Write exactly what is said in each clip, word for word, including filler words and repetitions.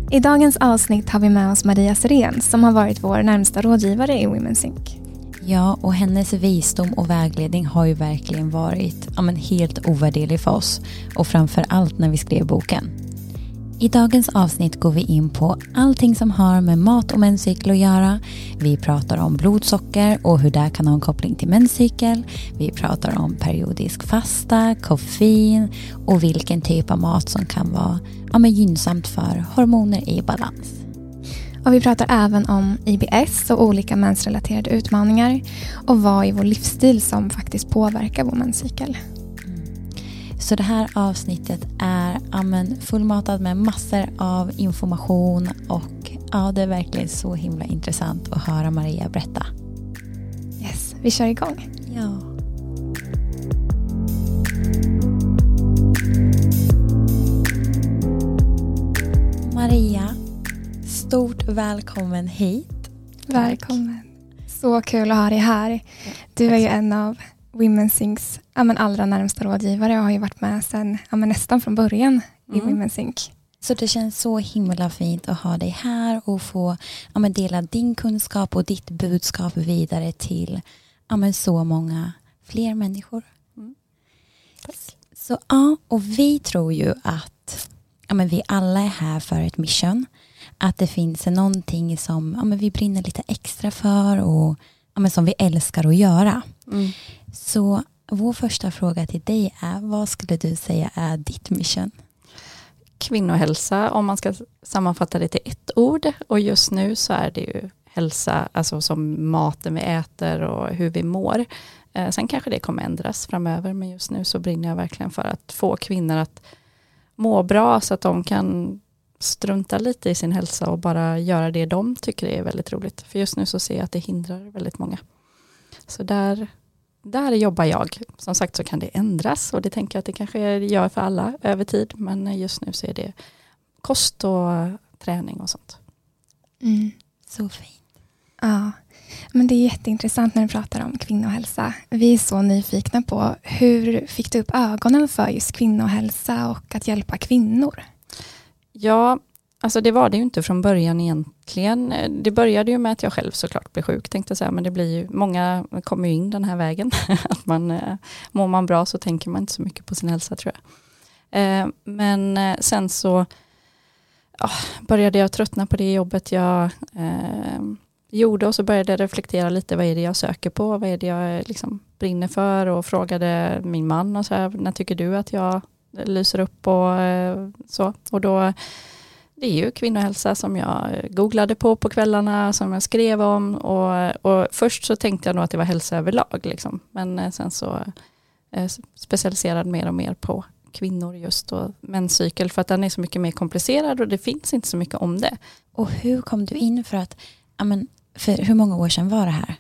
I dagens avsnitt har vi med oss Maria Sirén som har varit vår närmsta rådgivare i Women Sync. Ja, och hennes visdom och vägledning har ju verkligen varit ja, men helt ovärderlig för oss. Och framför allt när vi skrev boken. I dagens avsnitt går vi in på allting som har med mat och menscykel att göra. Vi pratar om blodsocker och hur det kan ha en koppling till menscykel. Vi pratar om periodisk fasta, koffein och vilken typ av mat som kan vara ja, men gynnsamt för hormoner i balans. Och vi pratar även om I B S och olika mensrelaterade utmaningar och vad i vår livsstil som faktiskt påverkar vår menscykel. Så det här avsnittet är ja, men fullmatad med massor av information och ja, det är verkligen så himla intressant att höra Maria berätta. Yes, vi kör igång. Ja. Maria, stort välkommen hit. Välkommen. Så kul att ha dig här. Du är ju en av Women Syncs ja, men allra närmsta rådgivare och har ju varit med sedan ja, men nästan från början i mm. Women Sync. Så det känns så himla fint att ha dig här och få ja, men dela din kunskap och ditt budskap vidare till ja, men så många fler människor. Mm. Tack. Så ja, och vi tror ju att ja, men vi alla är här för ett mission. Att det finns någonting som ja, men vi brinner lite extra för och ja, men som vi älskar att göra. Mm. Så vår första fråga till dig är, vad skulle du säga är ditt mission? Kvinnohälsa, om man ska sammanfatta det till ett ord. Och just nu så är det ju hälsa, alltså som maten vi äter och hur vi mår. Eh, sen kanske det kommer ändras framöver, men just nu så brinner jag verkligen för att få kvinnor att må bra så att de kan strunta lite i sin hälsa och bara göra det de tycker är väldigt roligt. För just nu så ser jag att det hindrar väldigt många. Så där, där jobbar jag. Som sagt så kan det ändras och det tänker jag att det kanske gör för alla över tid. Men just nu så är det kost och träning och sånt. Mm. Så fint. Ja, men det är jätteintressant när du pratar om kvinnohälsa. Vi är så nyfikna på hur fick du upp ögonen för just kvinnohälsa och att hjälpa kvinnor? Ja, alltså det var det ju inte från början egentligen. Det började ju med att jag själv såklart blev sjuk, tänkte jag säga. Men det blir ju, många kommer ju in den här vägen. Att man, mår man bra så tänker man inte så mycket på sin hälsa, tror jag. Men sen så ja, började jag tröttna på det jobbet jag eh, gjorde. Och så började jag reflektera lite, vad är det jag söker på? Vad är det jag liksom brinner för? Och frågade min man och så här, när tycker du att jag lyser upp och eh, så. Och då, det är ju kvinnohälsa som jag googlade på på kvällarna, som jag skrev om. Och, och först så tänkte jag nog att det var hälsa överlag. Liksom. Men eh, sen så eh, specialiserad mer och mer på kvinnor just och menscykel. För att den är så mycket mer komplicerad och det finns inte så mycket om det. Och hur kom du in för att, ja, men, för hur många år sedan var det här?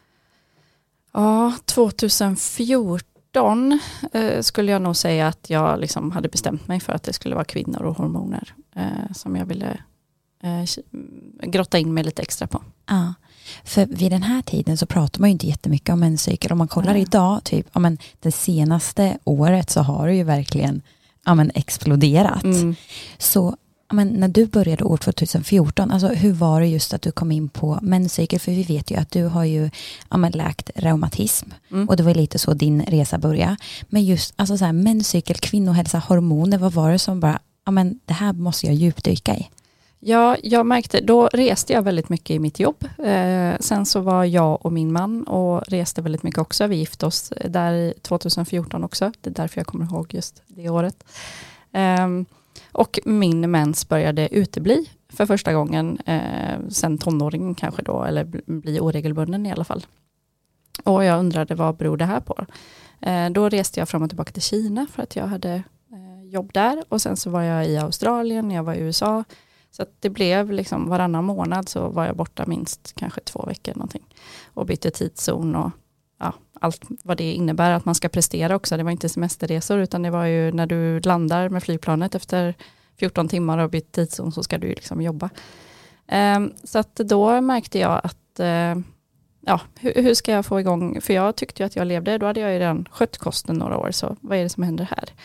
Ja, tjugohundrafjorton eh, skulle jag nog säga att jag liksom hade bestämt mig för att det skulle vara kvinnor och hormoner eh, som jag ville eh, grotta in mig lite extra på. Ja, för vid den här tiden så pratar man ju inte jättemycket om menscykel. Om man kollar ja. idag, typ, ja, men det senaste året så har det ju verkligen ja, men exploderat. Mm. Så ja, men när du började år tjugohundrafjorton, alltså hur var det just att du kom in på menscykel? För vi vet ju att du har ju ja, men läkt reumatism mm. och det var lite så din resa började. Men just alltså så här, menscykel, kvinnohälsa, hormoner, vad var det som bara, ja men det här måste jag djupdyka i? Ja, jag märkte, då reste jag väldigt mycket i mitt jobb. Eh, sen så var jag och min man och reste väldigt mycket också. Vi gifte oss där tjugohundrafjorton också. Det är därför jag kommer ihåg just det året. Eh, och min mens började utebli för första gången. Eh, sen tonåringen kanske då, eller bli oregelbunden i alla fall. Och jag undrade, vad beror det här på? Eh, då reste jag fram och tillbaka till Kina för att jag hade eh, jobb där. Och sen så var jag i Australien, jag var i U S A. Så att det blev liksom varannan månad så var jag borta minst kanske två veckor någonting. Och bytte tidszon och ja, allt vad det innebär att man ska prestera också. Det var inte semesterresor utan det var ju när du landar med flygplanet efter fjorton timmar och bytt tidszon så ska du liksom jobba. Um, så att då märkte jag att uh, ja, hur, hur ska jag få igång, för jag tyckte ju att jag levde, då hade jag ju redan skött kosten några år, så vad är det som händer här?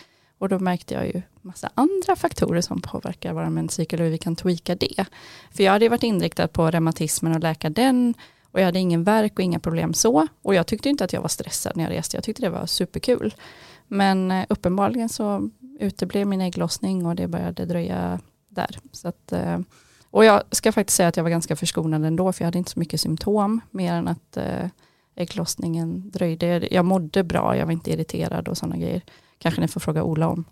Och då märkte jag ju massa andra faktorer som påverkar vår menscykel och hur vi kan tweaka det. För jag hade varit inriktad på reumatismen och läka den. Och jag hade ingen värk och inga problem så. Och jag tyckte inte att jag var stressad när jag reste. Jag tyckte det var superkul. Men eh, uppenbarligen så uteblev min ägglossning och det började dröja där. Så att, eh, och jag ska faktiskt säga att jag var ganska förskonad ändå. För jag hade inte så mycket symptom. Mer än att eh, ägglossningen dröjde. Jag mådde bra. Jag var inte irriterad och sådana grejer. Kanske ni får fråga Ola om.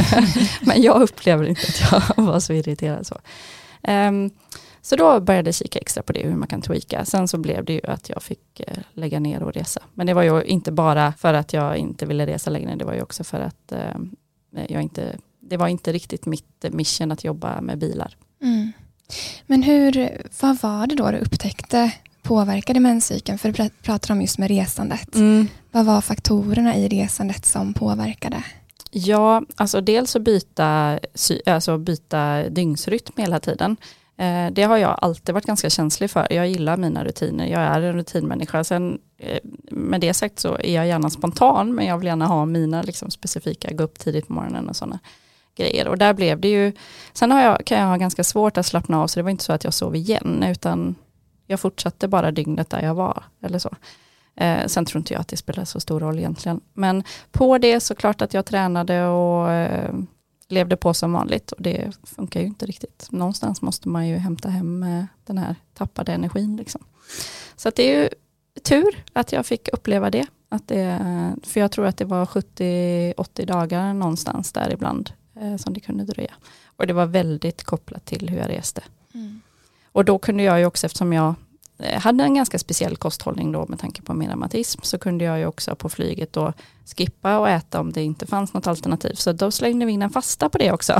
Men jag upplever inte att jag var så irriterad. Så. Um, så då började jag kika extra på det, hur man kan tweaka. Sen så blev det ju att jag fick uh, lägga ner och resa. Men det var ju inte bara för att jag inte ville resa längre. Det var ju också för att uh, jag inte, det var inte riktigt mitt mission att jobba med bilar. Mm. Men hur, vad var det då du upptäckte påverkade menscykeln? För du pratar om just med resandet. Mm. Vad var faktorerna i resandet som påverkade? Ja, alltså dels att byta, alltså byta dygnsrytm hela tiden. Eh, det har jag alltid varit ganska känslig för. Jag gillar mina rutiner. Jag är en rutinmänniska. Sen, eh, med det sagt så är jag gärna spontan. Men jag vill gärna ha mina liksom, specifika, gå upp tidigt på morgonen och sådana grejer. Och där blev det ju... Sen har jag, kan jag ha ganska svårt att slappna av. Så det var inte så att jag sov igen. Utan jag fortsatte bara dygnet där jag var. Eller så. Eh, sen tror inte jag att det spelar så stor roll egentligen. Men på det så klart att jag tränade och eh, levde på som vanligt. Och det funkar ju inte riktigt. Någonstans måste man ju hämta hem eh, den här tappade energin. Liksom. Så att det är ju tur att jag fick uppleva det. Att det. För jag tror att det var sjuttio åttio dagar någonstans där ibland eh, som det kunde dröja. Och det var väldigt kopplat till hur jag reste. Mm. Och då kunde jag ju också, eftersom jag hade en ganska speciell kosthållning då med tanke på min reumatism, så kunde jag ju också på flyget då skippa och äta om det inte fanns något alternativ. Så då slängde vi in en fasta på det också.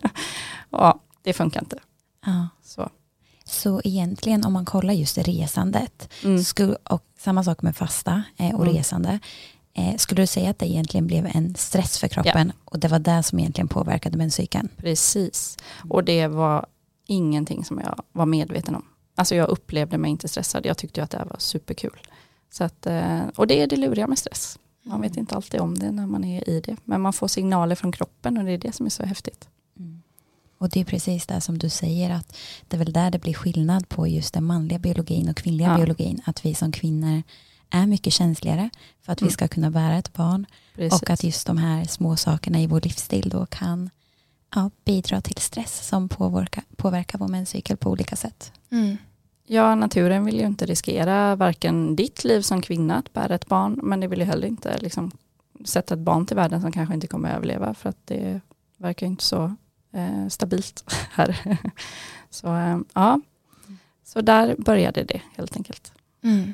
Ja, det funkar inte. Ja. Så. Så egentligen om man kollar just resandet mm. skulle, och samma sak med fasta eh, och mm. resande, eh, skulle du säga att det egentligen blev en stress för kroppen, ja. Och det var det som egentligen påverkade menscykeln? Precis. Och det var ingenting som jag var medveten om. Alltså jag upplevde mig inte stressad. Jag tyckte att det här var superkul. Så att, och det är det luriga med stress. Man vet inte alltid om det när man är i det. Men man får signaler från kroppen och det är det som är så häftigt. Mm. Och det är precis det som du säger, att det är väl där det blir skillnad på just den manliga biologin och kvinnliga ja. biologin. Att vi som kvinnor är mycket känsligare för att mm. vi ska kunna bära ett barn. Precis. Och att just de här små sakerna i vår livsstil då kan ja, bidra till stress som påverkar, påverkar vår menscykel på olika sätt. Mm. Ja, naturen vill ju inte riskera varken ditt liv som kvinna att bära ett barn, men det vill ju heller inte liksom, sätta ett barn till världen som kanske inte kommer att överleva, för att det verkar inte så eh, stabilt här. Så eh, ja, så där började det helt enkelt. Mm.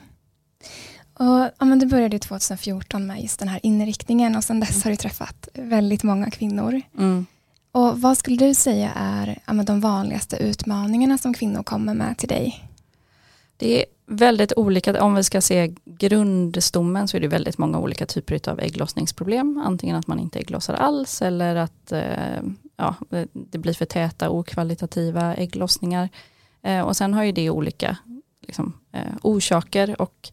Och, ja, men det började tjugo fjorton med just den här inriktningen och sedan dess mm. har du träffat väldigt många kvinnor. Mm. Och vad skulle du säga är ja, men de vanligaste utmaningarna som kvinnor kommer med till dig? Det är väldigt olika. Om vi ska se grundstommen så är det väldigt många olika typer av ägglossningsproblem. Antingen att man inte ägglossar alls eller att eh, ja, det blir för täta okvalitativa ägglossningar. Eh, och sen har ju det olika liksom, eh, orsaker, och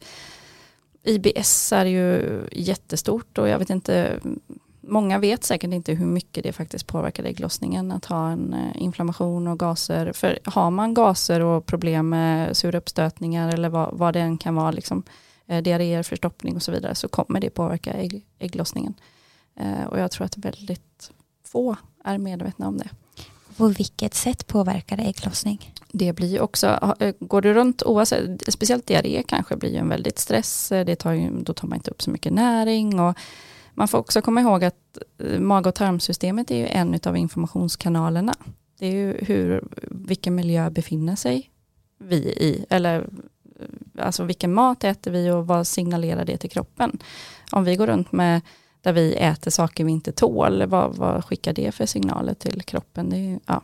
I B S är ju jättestort och jag vet inte... Många vet säkert inte hur mycket det faktiskt påverkar ägglossningen att ha en inflammation och gaser. För har man gaser och problem med sura uppstötningar eller vad, vad det än kan vara, liksom, eh, diarréer, förstoppning och så vidare, så kommer det påverka ägg, ägglossningen. Eh, och jag tror att väldigt få är medvetna om det. På vilket sätt påverkar det ägglossning? Det blir ju också, går du runt oavsett, speciellt diarré kanske blir ju en väldigt stress. Det tar ju, då tar man inte upp så mycket näring, och man får också komma ihåg att mag- och tarmsystemet är ju en av informationskanalerna. Det är ju hur, vilken miljö befinner sig vi i. Eller alltså vilken mat äter vi och vad signalerar det till kroppen. Om vi går runt med där vi äter saker vi inte tål, vad, vad skickar det för signaler till kroppen? Det är, ja.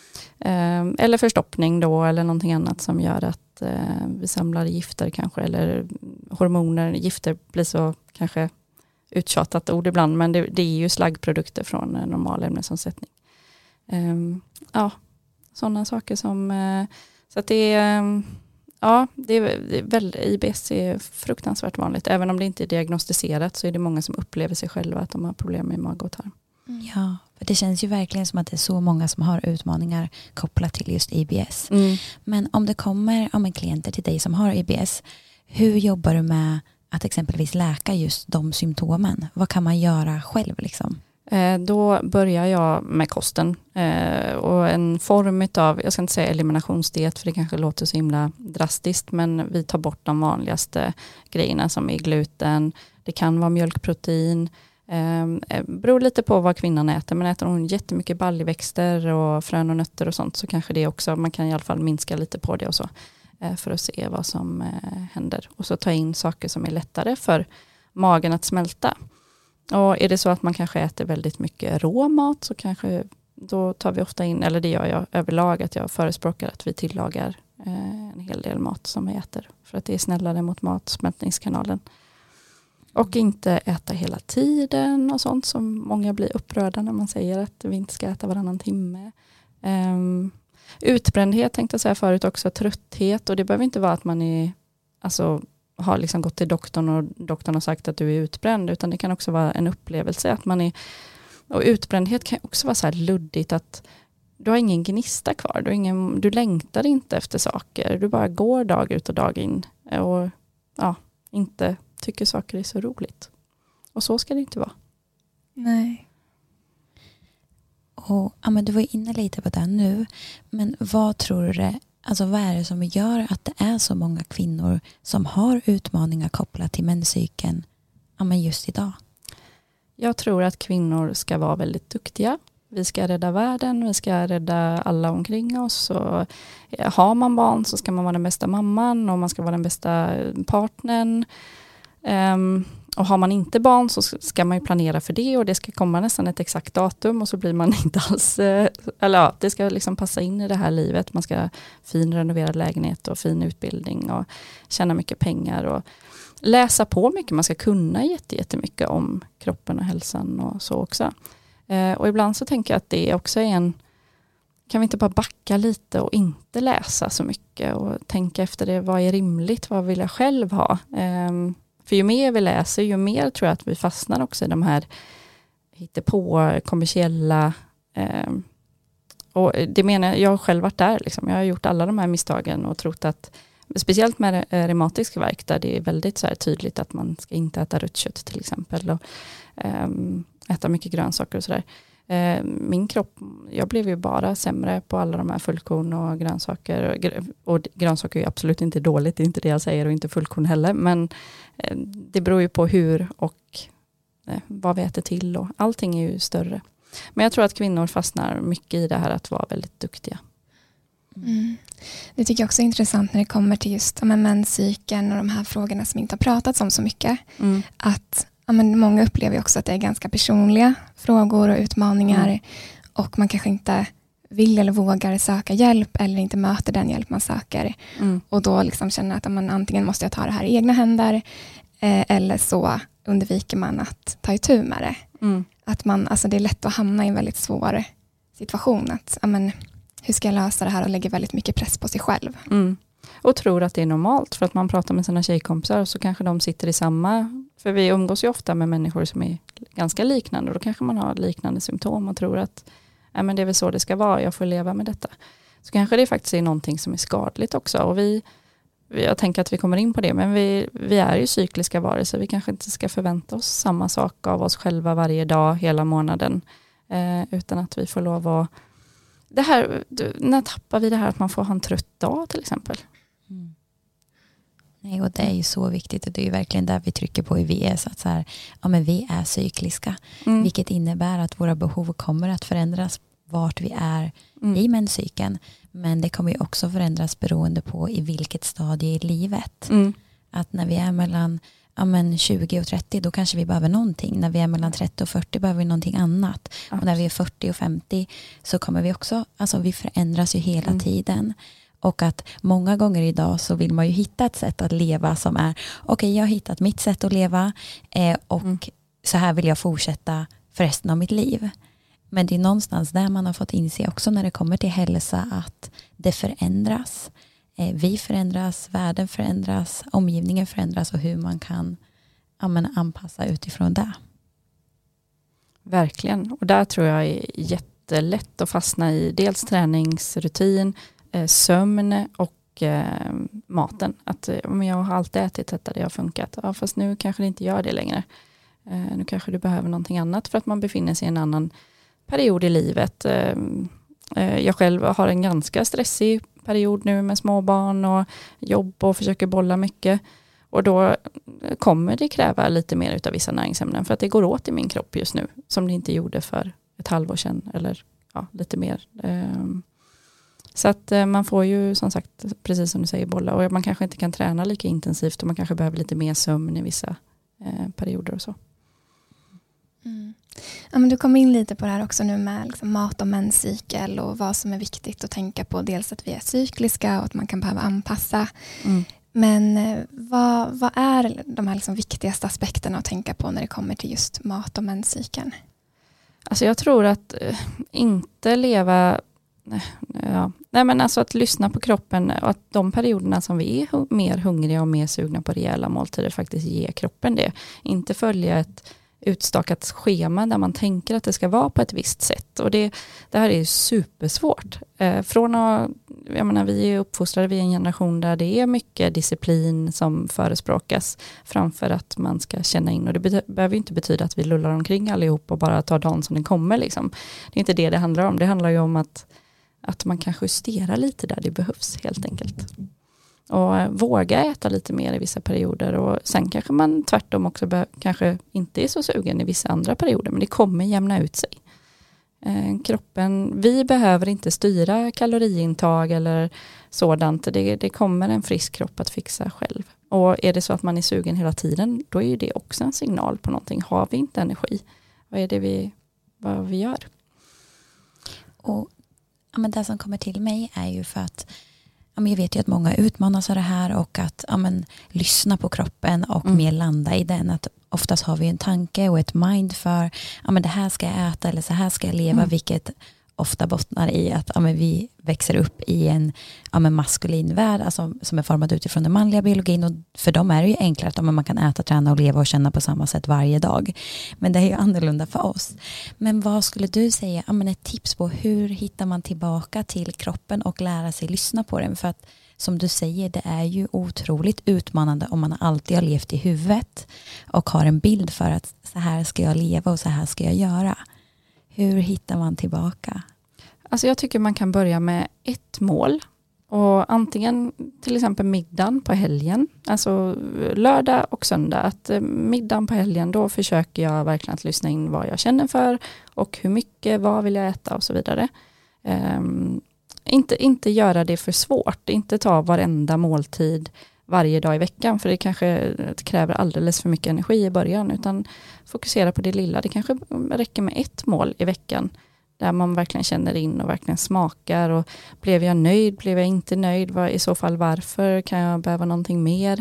Eller förstoppning då, eller någonting annat som gör att vi samlar gifter kanske. Eller hormoner, gifter blir så kanske uttjatat ord ibland, men det, det är ju slaggprodukter från normal ämnesomsättning. Um, ja, sådana saker som uh, så att det är um, ja, det är, det är väl, I B S är fruktansvärt vanligt. Även om det inte är diagnostiserat så är det många som upplever sig själva att de har problem med mag och tarm. Ja, för det känns ju verkligen som att det är så många som har utmaningar kopplat till just I B S. Mm. Men om det kommer om en klienter till dig som har I B S, hur jobbar du med att exempelvis läka just de symptomen? Vad kan man göra själv liksom? Eh, då börjar jag med kosten eh, och en form av, jag ska inte säga eliminationsdiet för det kanske låter så himla drastiskt, men vi tar bort de vanligaste grejerna som är gluten, det kan vara mjölkprotein, eh, beror lite på vad kvinnan äter, men äter hon jättemycket baljväxter och frön och nötter och sånt så kanske det också, man kan i alla fall minska lite på det och så eh, för att se vad som eh, händer och så ta in saker som är lättare för magen att smälta. Och är det så att man kanske äter väldigt mycket rå mat så kanske då tar vi ofta in, eller det gör jag överlag, att jag förespråkar att vi tillagar eh, en hel del mat som vi äter för att det är snällare mot matsmältningskanalen. Och inte äta hela tiden och sånt som många blir upprörda när man säger att vi inte ska äta varannan timme. Um, utbrändhet tänkte jag säga förut också, trötthet, och det behöver inte vara att man är alltså har liksom gått till doktorn och doktorn har sagt att du är utbränd, utan det kan också vara en upplevelse att man är, och utbrändhet kan också vara så här luddigt att du har ingen gnista kvar, du, har ingen, du längtar inte efter saker, du bara går dag ut och dag in och ja, inte tycker saker är så roligt. Och så ska det inte vara. Nej. Och, ja, men du var inne lite på det nu, men vad tror du det Alltså vad är det som gör att det är så många kvinnor som har utmaningar kopplat till menscykeln ja, men just idag? Jag tror att kvinnor ska vara väldigt duktiga. Vi ska rädda världen, vi ska rädda alla omkring oss. Och har man barn så ska man vara den bästa mamman och man ska vara den bästa partnern. Um, och har man inte barn så ska man ju planera för det och det ska komma nästan ett exakt datum och så blir man inte alls, eller ja, det ska liksom passa in i det här livet. Man ska ha fin renoverad lägenhet och fin utbildning och tjäna mycket pengar och läsa på mycket. Man ska kunna jätte, jättemycket om kroppen och hälsan och så också. Eh, och ibland så tänker jag att det också är en, kan vi inte bara backa lite och inte läsa så mycket och tänka efter det, vad är rimligt, vad vill jag själv ha? Eh, För ju mer vi läser, ju mer tror jag att vi fastnar också i de här hittepå kommersiella. Eh, och det menar jag, jag har själv varit där. Liksom. Jag har gjort alla de här misstagen och trott att, speciellt med reumatisk värk där det är väldigt så här tydligt att man ska inte äta rött kött till exempel. Och eh, äta mycket grönsaker och sådär. Eh, min kropp, jag blev ju bara sämre på alla de här fullkorn och grönsaker. Och grönsaker är absolut inte dåligt, det är inte det jag säger, och inte fullkorn heller. Men eh, det beror ju på hur och eh, vad vi äter till och allting är ju större. Men jag tror att kvinnor fastnar mycket i det här att vara väldigt duktiga. Mm. Det tycker jag också är intressant när det kommer till just ja, menscykeln och de här frågorna som inte har pratats om så mycket. Mm. Att ja, men många upplever också att det är ganska personliga frågor och utmaningar mm. och man kanske inte vill eller vågar söka hjälp eller inte möter den hjälp man söker. Mm. Och då liksom känner att man antingen måste jag ta det här i egna händer eh, eller så undviker man att ta itu med det. Mm. Att man, alltså det är lätt att hamna i en väldigt svår situation. Att, ja, men, hur ska jag lösa det här och lägger väldigt mycket press på sig själv. Mm. Och tror att det är normalt för att man pratar med sina tjejkompisar så kanske de sitter i samma, för vi umgås ju ofta med människor som är ganska liknande och då kanske man har liknande symptom och tror att ja, men det är väl så det ska vara, jag får leva med detta. Så kanske det faktiskt är någonting som är skadligt också och vi, jag tänker att vi kommer in på det, men vi, vi är ju cykliska varelser, vi kanske inte ska förvänta oss samma sak av oss själva varje dag, hela månaden, eh, utan att vi får lov att det här, när tappar vi det här att man får ha en trött dag till exempel? Mm. Nej, och det är ju så viktigt och det är ju verkligen där vi trycker på i V S att så här, ja, men vi är cykliska, mm. vilket innebär att våra behov kommer att förändras vart vi är mm. i menscykeln, men det kommer ju också förändras beroende på i vilket stadie i livet. Mm. Att när vi är mellan ja, men tjugo och trettio då kanske vi behöver någonting. När vi är mellan trettio och fyrtio behöver vi någonting annat. Absolut. Och när vi är fyrtio och femtio så kommer vi också, alltså vi förändras ju hela mm. tiden. Och att många gånger idag så vill man ju hitta ett sätt att leva som är, okej okay, jag har hittat mitt sätt att leva eh, och mm. så här vill jag fortsätta för resten av mitt liv. Men det är någonstans där man har fått inse också när det kommer till hälsa att det förändras. Vi förändras, världen förändras, omgivningen förändras och hur man kan ja, men, anpassa utifrån det. Verkligen. Och där tror jag är jättelätt att fastna i dels träningsrutin, eh, sömn och eh, maten. Att eh, men jag har alltid ätit detta, det har funkat. Ja, fast nu kanske det inte gör det längre. Eh, nu kanske du behöver någonting annat för att man befinner sig i en annan period i livet. Eh, eh, jag själv har en ganska stressig period nu med småbarn och jobb och försöker bolla mycket. Och då kommer det kräva lite mer utav vissa näringsämnen för att det går åt i min kropp just nu som det inte gjorde för ett halvår sedan eller ja, lite mer. Så att man får ju som sagt, precis som du säger, bolla och man kanske inte kan träna lika intensivt och man kanske behöver lite mer sömn i vissa perioder och så. Mm. Ja, men du kom in lite på det här också nu med liksom mat och menscykel och vad som är viktigt att tänka på. Dels att vi är cykliska och att man kan behöva anpassa. Mm. Men vad, vad är de här liksom viktigaste aspekterna att tänka på när det kommer till just mat och menscykeln? Alltså jag tror att äh, inte leva... Ja. Nej, men alltså att lyssna på kroppen och att de perioderna som vi är hu- mer hungriga och mer sugna på rejäla måltider faktiskt ger kroppen det. Inte följa ett utstakat schema där man tänker att det ska vara på ett visst sätt. Och det, det här är supersvårt. Eh, från att, jag menar, vi är uppfostrade vid en generation där det är mycket disciplin som förespråkas framför att man ska känna in. Och det be- behöver inte betyda att vi lullar omkring allihop och bara tar dagen som den kommer. Liksom. Det är inte det det handlar om. Det handlar ju om att, att man kan justera lite där det behövs helt enkelt. Och våga äta lite mer i vissa perioder och sen kanske man tvärtom också be- kanske inte är så sugen i vissa andra perioder, men det kommer jämna ut sig. Eh, kroppen, vi behöver inte styra kaloriintag eller sådant, det, det kommer en frisk kropp att fixa själv. Och är det så att man är sugen hela tiden, då är ju det också en signal på någonting. Har vi inte energi? Vad är det vi, vad vi gör? Och ja, men det som kommer till mig är ju för att jag vet ju att många utmanas av det här och att ja, men, lyssna på kroppen och mm. mer landa i den. Att oftast har vi en tanke och ett mind för ja, men det här ska jag äta eller så här ska jag leva. Mm. Vilket ofta bottnar i att ja, men, vi växer upp i en ja, men, maskulin värld alltså, som är formad utifrån den manliga biologin. Och för dem är det ju enklare att ja, men, man kan äta, träna och leva och känna på samma sätt varje dag. Men det är ju annorlunda för oss. Men vad skulle du säga, ja, men ett tips på hur hittar man tillbaka till kroppen och lära sig lyssna på den? För att som du säger, det är ju otroligt utmanande om man alltid har levt i huvudet och har en bild för att så här ska jag leva och så här ska jag göra. Hur hittar man tillbaka? Alltså jag tycker man kan börja med ett mål. Och antingen till exempel middagen på helgen. Alltså lördag och söndag. Att middagen på helgen, då försöker jag verkligen att lyssna in vad jag känner för. Och hur mycket, vad vill jag äta och så vidare. Um, inte, inte göra det för svårt. Inte ta varenda måltid varje dag i veckan. För det kanske kräver alldeles för mycket energi i början. Utan fokusera på det lilla. Det kanske räcker med ett mål i veckan. Där man verkligen känner in och verkligen smakar. Och blev jag nöjd? Blev jag inte nöjd? Var, i så fall varför? Kan jag behöva någonting mer?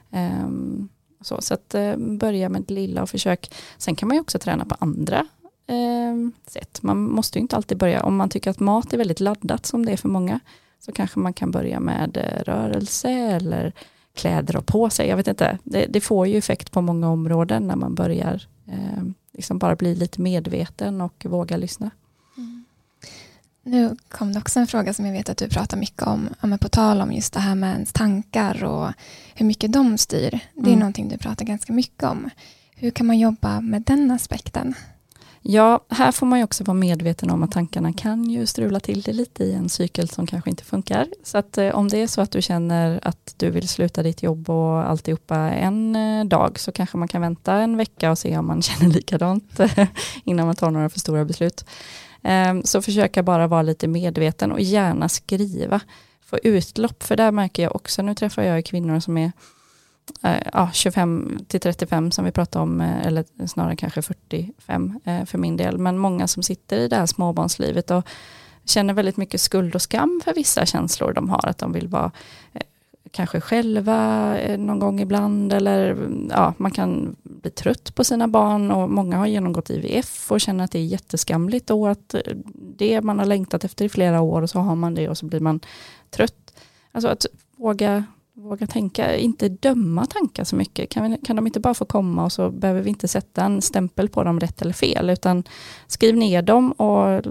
Um, så så att uh, börja med det lilla och försök. Sen kan man ju också träna på andra um, sätt. Man måste ju inte alltid börja. Om man tycker att mat är väldigt laddat som det är för många. Så kanske man kan börja med uh, rörelse eller kläder och på sig. Jag vet inte. Det, det får ju effekt på många områden när man börjar uh, liksom bara bli lite medveten och våga lyssna. Mm. Nu kom det också en fråga som jag vet att du pratar mycket om, om på tal om just det här med ens tankar och hur mycket de styr. Det är mm. någonting du pratar ganska mycket om. Hur kan man jobba med den aspekten? Ja, här får man ju också vara medveten om att tankarna kan ju strula till det lite i en cykel som kanske inte funkar. Så att eh, om det är så att du känner att du vill sluta ditt jobb och alltihopa en eh, dag, så kanske man kan vänta en vecka och se om man känner likadant innan man tar några för stora beslut. Eh, så försöka bara vara lite medveten och gärna skriva. Få utlopp, för där märker jag också, nu träffar jag kvinnor som är Ja, tjugofem till trettiofem som vi pratar om, eller snarare kanske fyrtiofem för min del, men många som sitter i det här småbarnslivet och känner väldigt mycket skuld och skam för vissa känslor de har, att de vill vara kanske själva någon gång ibland, eller ja, man kan bli trött på sina barn, och många har genomgått I V F och känner att det är jätteskamligt då, att det man har längtat efter i flera år och så har man det och så blir man trött. Alltså att våga våga tänka, inte döma tankar så mycket. Kan, vi, kan de inte bara få komma och så behöver vi inte sätta en stämpel på dem rätt eller fel, utan skriv ner dem och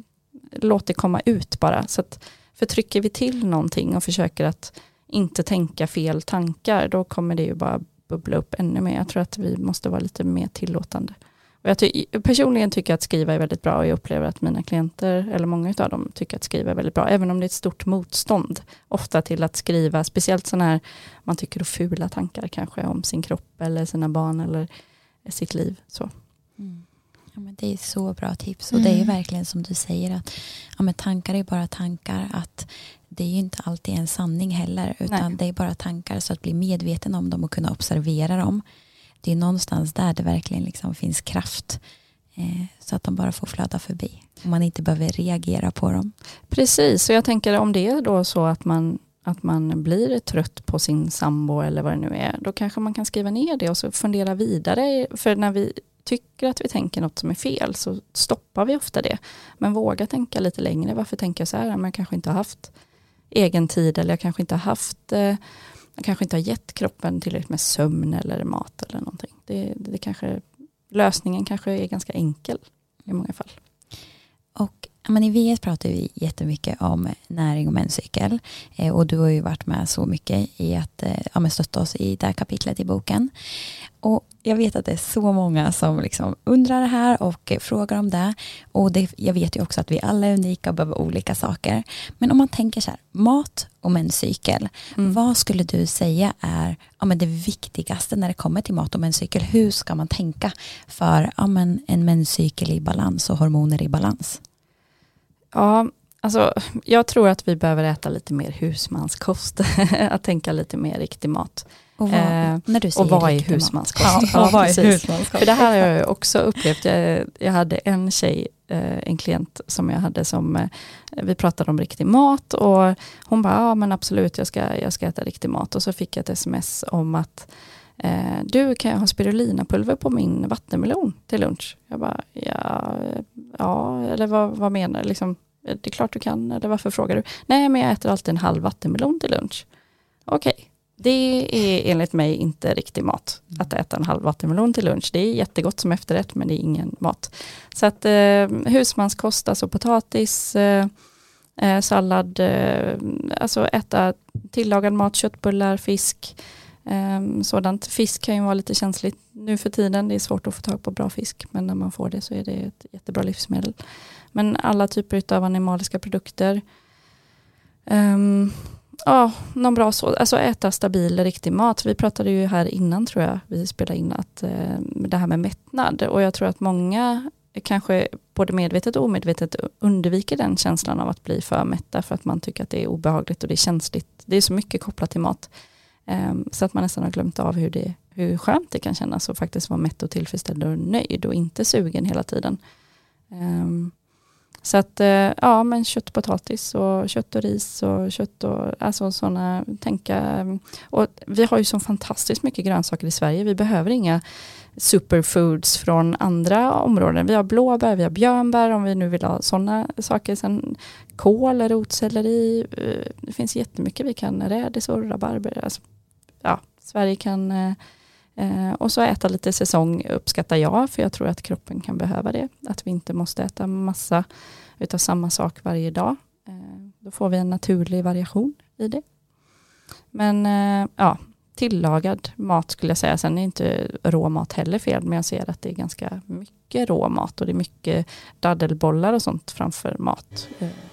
låt det komma ut bara. Så att förtrycker vi till någonting och försöker att inte tänka fel tankar, då kommer det ju bara bubbla upp ännu mer. Jag tror att vi måste vara lite mer tillåtande. Och jag ty- personligen tycker att skriva är väldigt bra, och jag upplever att mina klienter, eller många av dem, tycker att skriva är väldigt bra, även om det är ett stort motstånd ofta till att skriva, speciellt sådana här, man tycker då fula tankar kanske om sin kropp eller sina barn eller sitt liv. Så. Mm. Ja, men det är så bra tips, och mm. det är ju verkligen som du säger att ja, men tankar är bara tankar, att det är ju inte alltid en sanning heller, utan Nej. Det är bara tankar, så att bli medveten om dem och kunna observera dem. Det är någonstans där det verkligen liksom finns kraft, eh, så att de bara får flöda förbi. Och man inte behöver reagera på dem. Precis, så jag tänker om det är då så att man, att man blir trött på sin sambo eller vad det nu är, då kanske man kan skriva ner det och så fundera vidare. För när vi tycker att vi tänker något som är fel så stoppar vi ofta det. Men våga tänka lite längre. Varför tänker jag så här? Men jag kanske inte har haft egen tid, eller jag kanske inte har haft... Eh, Jag kanske inte har gett kroppen tillräckligt med sömn eller mat eller någonting. Det, det kanske, lösningen kanske är ganska enkel i många fall. Och men i V S pratar vi jättemycket om näring och menscykel. Eh, och du har ju varit med så mycket i att eh, ja, stötta oss i det här kapitlet i boken. Och jag vet att det är så många som liksom undrar det här och eh, frågar om det. Och det, jag vet ju också att vi alla är unika och behöver olika saker. Men om man tänker så här, mat och menscykel. Mm. Vad skulle du säga är ja, men det viktigaste när det kommer till mat och menscykel? Hur ska man tänka för ja, men en menscykel i balans och hormoner i balans? Ja, alltså jag tror att vi behöver äta lite mer husmanskost. Att tänka lite mer riktig mat. Och vad, eh, när du säger och vad är husmanskost? Ja, och vad är husmanskost? För det här har jag också upplevt. Jag, jag hade en tjej, eh, en klient som jag hade som, eh, vi pratade om riktig mat. Och hon bara, ja men absolut jag ska, jag ska äta riktig mat. Och så fick jag ett sms om att eh, du, kan jag ha spirulinapulver på min vattenmelon till lunch? Jag bara, ja, ja eller vad, vad menar du? Liksom, det är klart du kan, eller varför frågar du? Nej, men jag äter alltid en halv vattenmelon till lunch. Okej, okay. Det är enligt mig inte riktig mat att äta en halv vattenmelon till lunch. Det är jättegott som efterrätt, men det är ingen mat. Så att eh, husmanskost, alltså potatis, eh, eh, sallad, eh, alltså äta tillagad mat, köttbullar, fisk. Um, sådant. Fisk kan ju vara lite känsligt nu för tiden. Det är svårt att få tag på bra fisk, men när man får det så är det ett jättebra livsmedel. Men alla typer av animaliska produkter. Um, ja, någon bra så. Alltså äta stabil, riktig mat. Vi pratade ju här innan tror jag. Vi spelade in att uh, det här med mättnad. Och jag tror att många kanske både medvetet och omedvetet undviker den känslan av att bli för mätta, för att man tycker att det är obehagligt och det är känsligt. Det är så mycket kopplat till mat. Um, så att man nästan har glömt av hur, det, hur skönt det kan kännas att faktiskt vara mätt och tillfredsställd och nöjd och inte sugen hela tiden. Um, så att uh, ja, men kött, potatis och kött och ris och kött och alltså sådana tänka. Och vi har ju så fantastiskt mycket grönsaker i Sverige. Vi behöver inga superfoods från andra områden. Vi har blåbär, vi har björnbär om vi nu vill ha sådana saker. Sen kål, rotselleri, det finns jättemycket vi kan, rädisor, rabarber. Alltså, ja, Sverige kan eh, och så äta lite säsong uppskattar jag, för jag tror att kroppen kan behöva det. Att vi inte måste äta massa utav samma sak varje dag. Eh, då får vi en naturlig variation i det. Men eh, ja, tillagad mat skulle jag säga. Sen är inte rå mat heller fel, men jag ser att det är ganska mycket rå mat och det är mycket daddelbollar och sånt framför mat.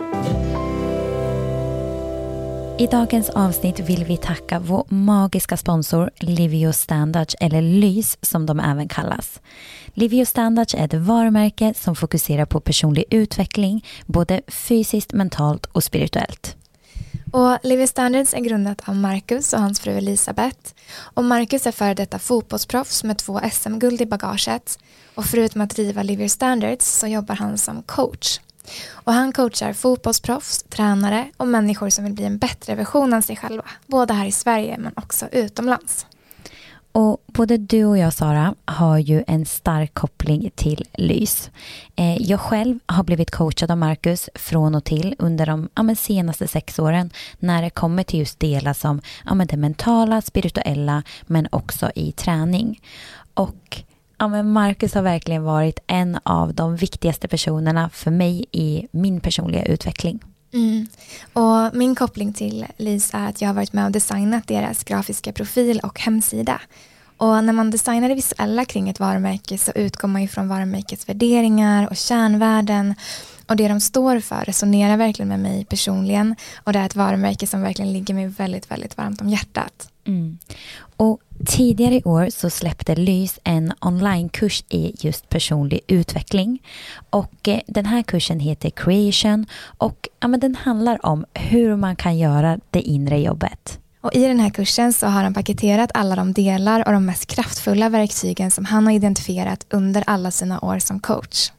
I dagens avsnitt vill vi tacka vår magiska sponsor Livio Standards, eller L Y S som de även kallas. Livio Standards är ett varumärke som fokuserar på personlig utveckling, både fysiskt, mentalt och spirituellt. Och Livio Standards är grundat av Marcus och hans fru Elisabeth. Och Marcus är före detta fotbollsproffs med två S M-guld i bagaget. Och förutom att driva Livio Standards så jobbar han som coach. Och han coachar fotbollsproffs, tränare och människor som vill bli en bättre version av sig själva. Både här i Sverige men också utomlands. Och både du och jag, Sara, har ju en stark koppling till Lys. Eh, jag själv har blivit coachad av Marcus från och till under de ja, men senaste sex åren när det kommer till just delar som ja, men det mentala, spirituella men också i träning. Och ja, men Marcus har verkligen varit en av de viktigaste personerna för mig i min personliga utveckling. Mm. Och min koppling till Lys är att jag har varit med och designat deras grafiska profil och hemsida. Och när man designar det visuella kring ett varumärke så utgår man ju från varumärkets värderingar och kärnvärden. Och det de står för resonerar verkligen med mig personligen. Och det är ett varumärke som verkligen ligger mig väldigt, väldigt varmt om hjärtat. Mm. Och tidigare i år så släppte Lys en onlinekurs i just personlig utveckling. Och eh, den här kursen heter Creation och ja, men den handlar om hur man kan göra det inre jobbet. Och i den här kursen så har han paketerat alla de delar och de mest kraftfulla verktygen som han har identifierat under alla sina år som coach.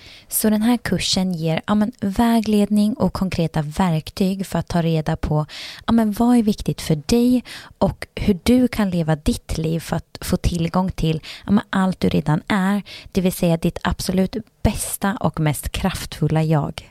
Så den här kursen ger ja, men, vägledning och konkreta verktyg för att ta reda på ja, men, vad är viktigt för dig och hur du kan leva ditt liv för att få tillgång till ja, men, allt du redan är, det vill säga ditt absolut bästa och mest kraftfulla jag.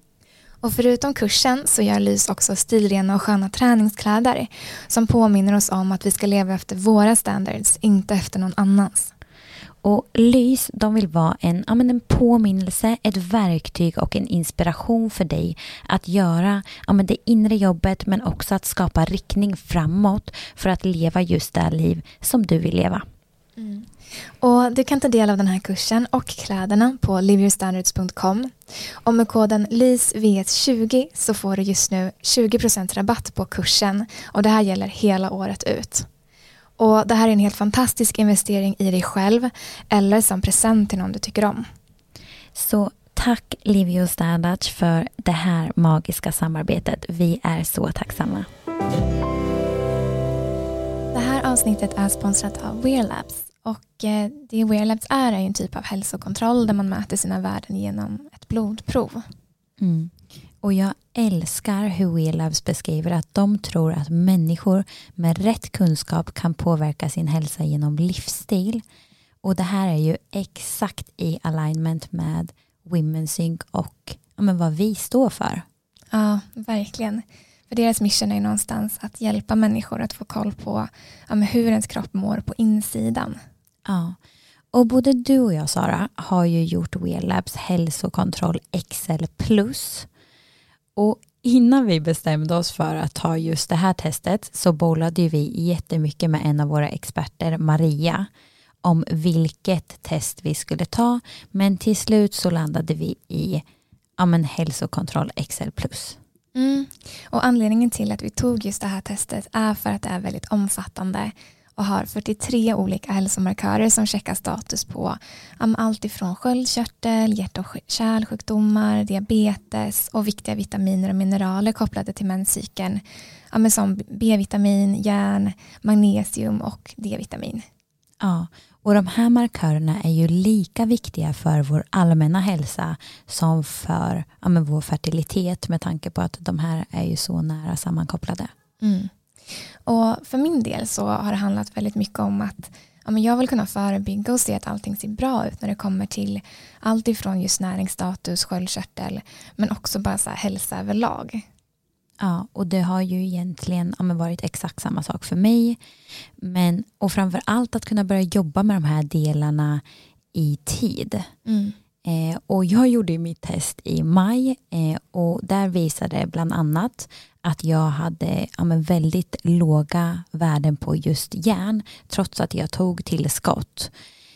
Och förutom kursen så gör Lys också stilrena och sköna träningskläder som påminner oss om att vi ska leva efter våra standards, inte efter någon annans. Och Lys, de vill vara en, ja, men en påminnelse, ett verktyg och en inspiration för dig att göra ja, men det inre jobbet men också att skapa riktning framåt för att leva just det liv som du vill leva. Mm. Och du kan ta del av den här kursen och kläderna på live your standards punkt com. Och med koden L Y S V S tjugo så får du just nu tjugo procent rabatt på kursen och det här gäller hela året ut. Och det här är en helt fantastisk investering i dig själv eller som present till någon du tycker om. Så tack Live Your Standards för det här magiska samarbetet. Vi är så tacksamma. Det här avsnittet är sponsrat av Wearlabs. Och eh, det Wearlabs är är en typ av hälsokontroll där man mäter sina värden genom ett blodprov. Mm. Och jag älskar hur Wearlabs beskriver att de tror att människor med rätt kunskap kan påverka sin hälsa genom livsstil. Och det här är ju exakt i alignment med Women's Sync och ja, men vad vi står för. Ja, verkligen. För deras mission är någonstans att hjälpa människor att få koll på ja, hur ens kropp mår på insidan. Ja, och både du och jag, Sara, har ju gjort Wearlabs hälsokontroll X L plus. Och innan vi bestämde oss för att ta just det här testet så bollade vi jättemycket med en av våra experter, Maria, om vilket test vi skulle ta. Men till slut så landade vi i ja, men hälsokontroll X L plus. Mm. Och anledningen till att vi tog just det här testet är för att det är väldigt omfattande och har fyrtiotre olika hälsomarkörer som checkar status på um, allt ifrån sköldkörtel, hjärt- och kärlsjukdomar, diabetes och viktiga vitaminer och mineraler kopplade till menscykeln um, som B-vitamin, järn, magnesium och D-vitamin. Ja, och de här markörerna är ju lika viktiga för vår allmänna hälsa som för ja, men vår fertilitet med tanke på att de här är ju så nära sammankopplade. Mm. Och för min del så har det handlat väldigt mycket om att ja, men jag vill kunna förebygga och se att allting ser bra ut när det kommer till allt ifrån just näringsstatus, sköldkörtel men också bara så här hälsa överlag. Ja, och det har ju egentligen ja, men varit exakt samma sak för mig. Men, och framför allt att kunna börja jobba med de här delarna i tid. Mm. Eh, och jag gjorde mitt test i maj eh, och där visade bland annat att jag hade ja, men väldigt låga värden på just järn trots att jag tog tillskott.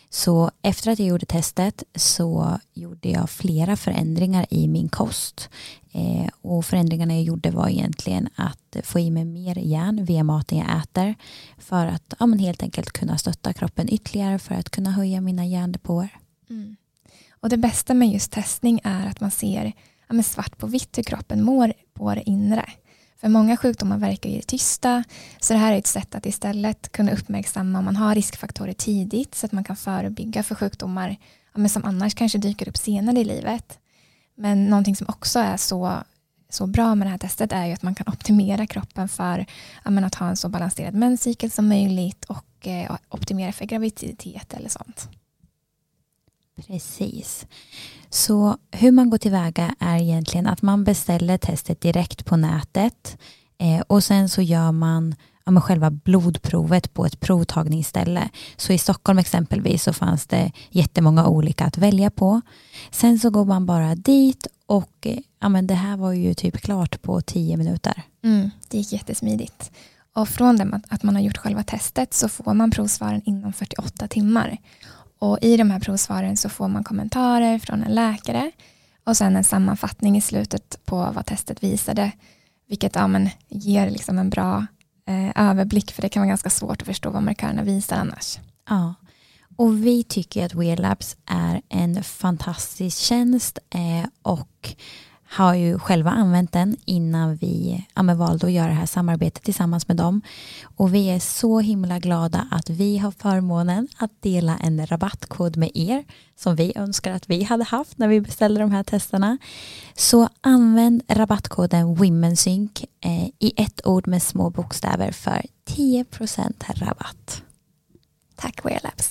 Så efter att jag gjorde testet så gjorde jag flera förändringar i min kost. Eh, och förändringarna jag gjorde var egentligen att få i mig mer järn via maten jag äter. För att ja, men helt enkelt kunna stötta kroppen ytterligare för att kunna höja mina järndepåer. Mm. Och det bästa med just testning är att man ser ja, men svart på vitt hur kroppen mår på det inre. För många sjukdomar verkar ju tysta så det här är ett sätt att istället kunna uppmärksamma om man har riskfaktorer tidigt så att man kan förebygga för sjukdomar ja, men som annars kanske dyker upp senare i livet. Men någonting som också är så så bra med det här testet är ju att man kan optimera kroppen för ja, att ha en så balanserad menscykel som möjligt och eh, optimera för graviditet eller sånt. Precis. Så hur man går tillväga är egentligen att man beställer testet direkt på nätet eh, och sen så gör man ja, själva blodprovet på ett provtagningsställe. Så i Stockholm exempelvis så fanns det jättemånga olika att välja på. Sen så går man bara dit och ja, men det här var ju typ klart på tio minuter. Mm, det gick jättesmidigt. Och från det att man har gjort själva testet så får man provsvaren inom fyrtioåtta timmar. Och i de här provsvaren så får man kommentarer från en läkare och sen en sammanfattning i slutet på vad testet visade. Vilket ja, men, ger liksom en bra eh, överblick, för det kan vara ganska svårt att förstå vad markörerna visar annars. Ja, och vi tycker att Wear Labs är en fantastisk tjänst eh, och har ju själva använt den innan vi ja, valde att göra det här samarbetet tillsammans med dem. Och vi är så himla glada att vi har förmånen att dela en rabattkod med er som vi önskar att vi hade haft när vi beställde de här testerna. Så använd rabattkoden WomenSync eh, i ett ord med små bokstäver för tio procent rabatt. Tack Wear Labs.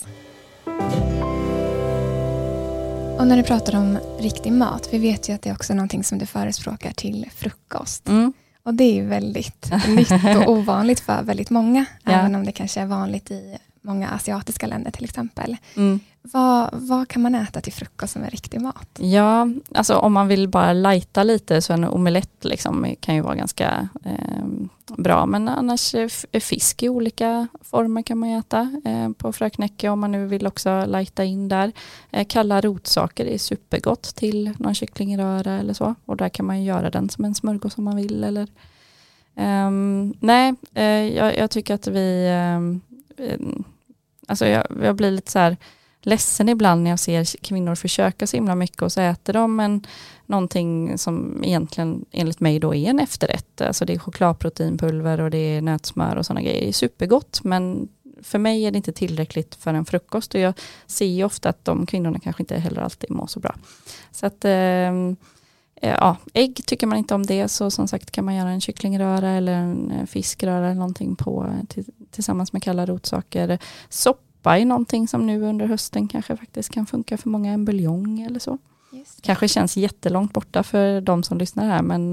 Och när du pratar om riktig mat, vi vet ju att det är också någonting som du förespråkar till frukost. Mm. Och det är ju väldigt nytt och ovanligt för väldigt många, ja. Även om det kanske är vanligt i många asiatiska länder till exempel. Mm. Vad, vad kan man äta till frukost som är riktig mat? Ja, alltså om man vill bara lighta lite så en omelett liksom kan ju vara ganska eh, bra. Men annars eh, fisk i olika former kan man äta eh, på fröknäcke om man nu vill också lighta in där. Eh, kalla rotsaker är supergott till någon kycklingröra eller så. Och där kan man ju göra den som en smörgås om man vill. Eller, eh, nej, eh, jag, jag tycker att vi... Eh, alltså jag, jag blir lite så här ledsen ibland när jag ser kvinnor försöka så himla mycket och så äter de en, någonting som egentligen enligt mig då är en efterrätt. Alltså det är chokladproteinpulver och det är nötsmör och sådana grejer. Det är supergott, men för mig är det inte tillräckligt för en frukost och jag ser ju ofta att de kvinnorna kanske inte heller alltid mår så bra. Så att eh, ja, ägg tycker man inte om det, så som sagt kan man göra en kycklingröra eller en fiskröra eller någonting på tillsammans med kalla rotsaker. Soppa är någonting som nu under hösten kanske faktiskt kan funka för många, en buljong eller så. Kanske känns jättelångt borta för de som lyssnar här, men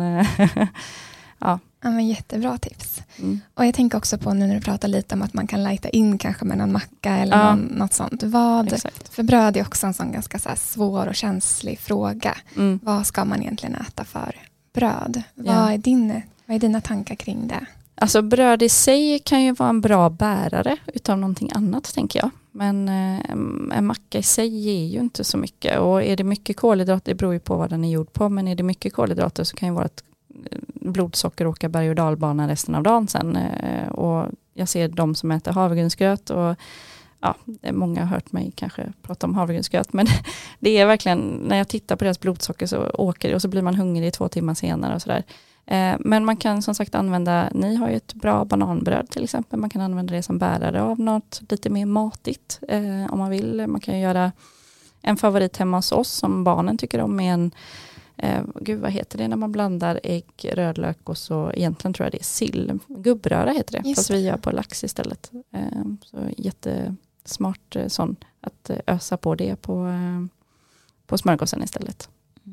ja. Ja, men jättebra tips. Mm. Och jag tänker också på nu när du pratar lite om att man kan lighta in kanske med någon macka eller ja. någon, något sånt. Vad, för bröd är också en sån ganska så här svår och känslig fråga. Mm. Vad ska man egentligen äta för bröd? Ja. Vad, är din, vad är dina tankar kring det? Alltså bröd i sig kan ju vara en bra bärare utav någonting annat, tänker jag. Men eh, en macka i sig ger ju inte så mycket. Och är det mycket kolhydrater, det beror ju på vad den är gjord på. Men är det mycket kolhydrater så kan ju vara ett blodsocker åka berg- och dalbana resten av dagen sen. Eh, och jag ser de som äter havregrynsgröt och ja, många har hört mig kanske prata om havregrynsgröt. Men det är verkligen, när jag tittar på deras blodsocker så åker det och så blir man hungrig två timmar senare och sådär. Men man kan som sagt använda, ni har ju ett bra bananbröd till exempel, man kan använda det som bärare av något lite mer matigt eh, om man vill. Man kan göra en favorit hemma hos oss som barnen tycker om med en, eh, gud vad heter det när man blandar ägg, rödlök och så egentligen tror jag det är sill, gubbröra heter det, just fast vi gör på lax istället. Eh, så jättesmart eh, sån att eh, ösa på det på, eh, på smörgåsen istället.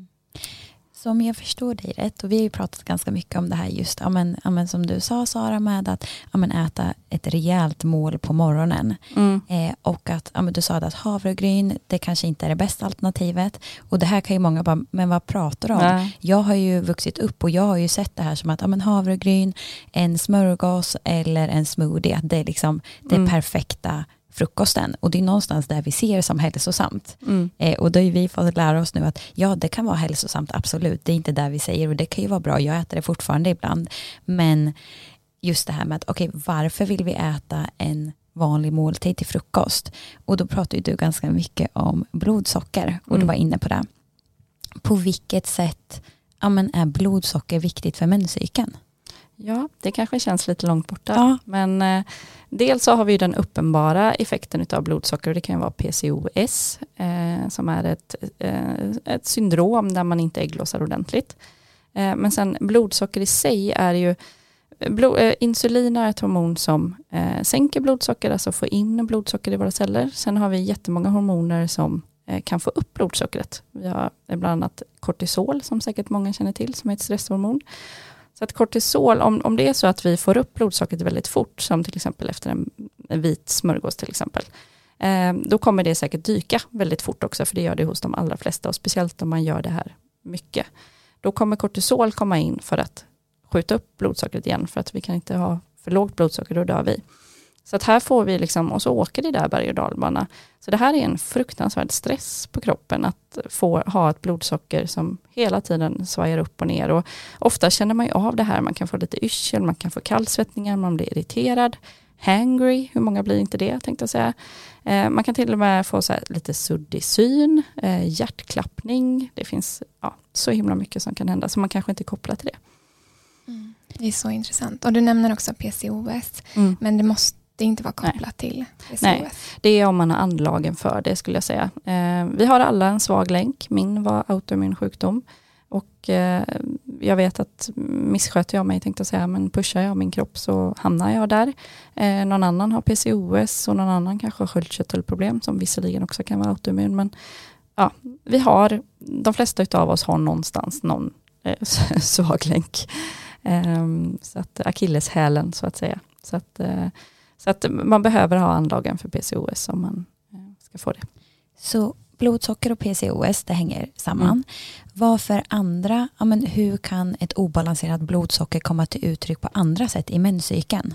Så om jag förstår dig rätt, och vi har ju pratat ganska mycket om det här just, ja men, ja men som du sa Sara, med att ja men äta ett rejält mål på morgonen. Mm. Eh, och att ja men du sa att havregryn, det kanske inte är det bästa alternativet. Och det här kan ju många bara, men vad pratar du om? Nej. Jag har ju vuxit upp och jag har ju sett det här som att ja men havregryn, en smörgås eller en smoothie, att det är liksom det mm. perfekta frukosten. Och det är någonstans där vi ser som hälsosamt. Mm. Eh, och då har vi fått lära oss nu att ja, det kan vara hälsosamt, absolut. Det är inte där vi säger, och det kan ju vara bra. Jag äter det fortfarande ibland. Men just det här med att okej, okay, varför vill vi äta en vanlig måltid till frukost? Och då pratar ju du ganska mycket om blodsocker. Och mm. du var inne på det. På vilket sätt ja, men är blodsocker viktigt för menscykeln? Ja, det kanske känns lite långt borta. Ja. Men eh, dels så har vi ju den uppenbara effekten av blodsocker. Och det kan ju vara P C O S eh, som är ett, eh, ett syndrom där man inte ägglossar ordentligt. Eh, men sen blodsocker i sig är ju, blod, eh, insulin är ett hormon som eh, sänker blodsocker, alltså får in blodsocker i våra celler. Sen har vi jättemånga hormoner som eh, kan få upp blodsockret. Vi har bland annat kortisol som säkert många känner till, som är ett stresshormon. Så att kortisol, om, om det är så att vi får upp blodsockret väldigt fort, som till exempel efter en, en vit smörgås till exempel, eh, då kommer det säkert dyka väldigt fort också, för det gör det hos de allra flesta, och speciellt om man gör det här mycket. Då kommer kortisol komma in för att skjuta upp blodsockret igen, för att vi kan inte ha för lågt blodsocker, då dör vi. Så att här får vi liksom, och så åker det där berg- och dalbana. Så det här är en fruktansvärd stress på kroppen, att få ha ett blodsocker som hela tiden svajar upp och ner. Och ofta känner man ju av det här, man kan få lite yrsel, man kan få kallsvettningar, man blir irriterad, hangry, hur många blir inte det, tänkte jag säga. Eh, man kan till och med få så här lite suddig syn, eh, hjärtklappning, det finns ja, så himla mycket som kan hända, så man kanske inte kopplar till det. Mm. Det är så intressant. Och du nämner också P C O S, Mm. men det måste inte vara kopplat Nej. till P C O S. Nej, det är om man har anlagen för det, skulle jag säga. Eh, vi har alla en svag länk. Min var autoimmun sjukdom. Och eh, jag vet att missköter jag mig, tänkte jag säga, men pushar jag min kropp så hamnar jag där. Eh, någon annan har P C O S och någon annan kanske har sköldkörtelproblem, som visserligen också kan vara autoimmun. Men ja, vi har, de flesta av oss har någonstans någon eh, svag länk. Eh, så att akilleshälen, så att säga. Så att eh, Så att man behöver ha anlagen för P C O S om man ska få det. Så blodsocker och P C O S, det hänger samman. Mm. Vad för andra, ja, men hur kan ett obalanserat blodsocker komma till uttryck på andra sätt i menscykeln?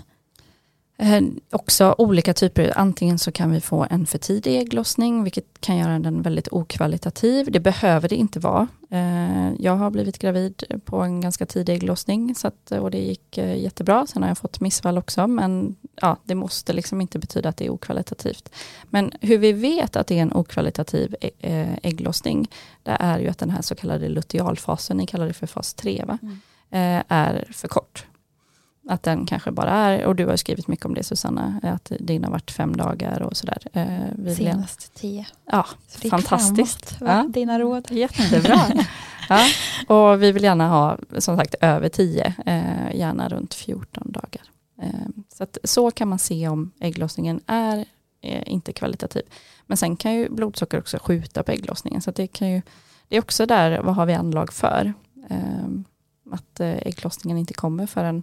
Eh, också olika typer. Antingen så kan vi få en för tidig ägglossning, vilket kan göra den väldigt okvalitativ. Det behöver det inte vara. Eh, jag har blivit gravid på en ganska tidig ägglossning, så att, och det gick eh, jättebra. Sen har jag fått missfall också, men ja, det måste liksom inte betyda att det är okvalitativt. Men hur vi vet att det är en okvalitativ eh, ägglossning, det är ju att den här så kallade lutealfasen, ni kallar det för fas tre, va? Mm. Eh, är för kort. Att den kanske bara är, och du har skrivit mycket om det, Susanna, att din har varit fem dagar och sådär. Eh, Senast tio. Ja, Frick fantastiskt. Framåt, ja. Dina råd. Jättebra. ja. Och vi vill gärna ha, som sagt, över tio, eh, gärna runt fjorton dagar. Eh, så att, så kan man se om ägglossningen är eh, inte kvalitativ. Men sen kan ju blodsocker också skjuta på ägglossningen, så att det kan ju, det är också där, vad har vi anlag för? Eh, att eh, ägglossningen inte kommer förrän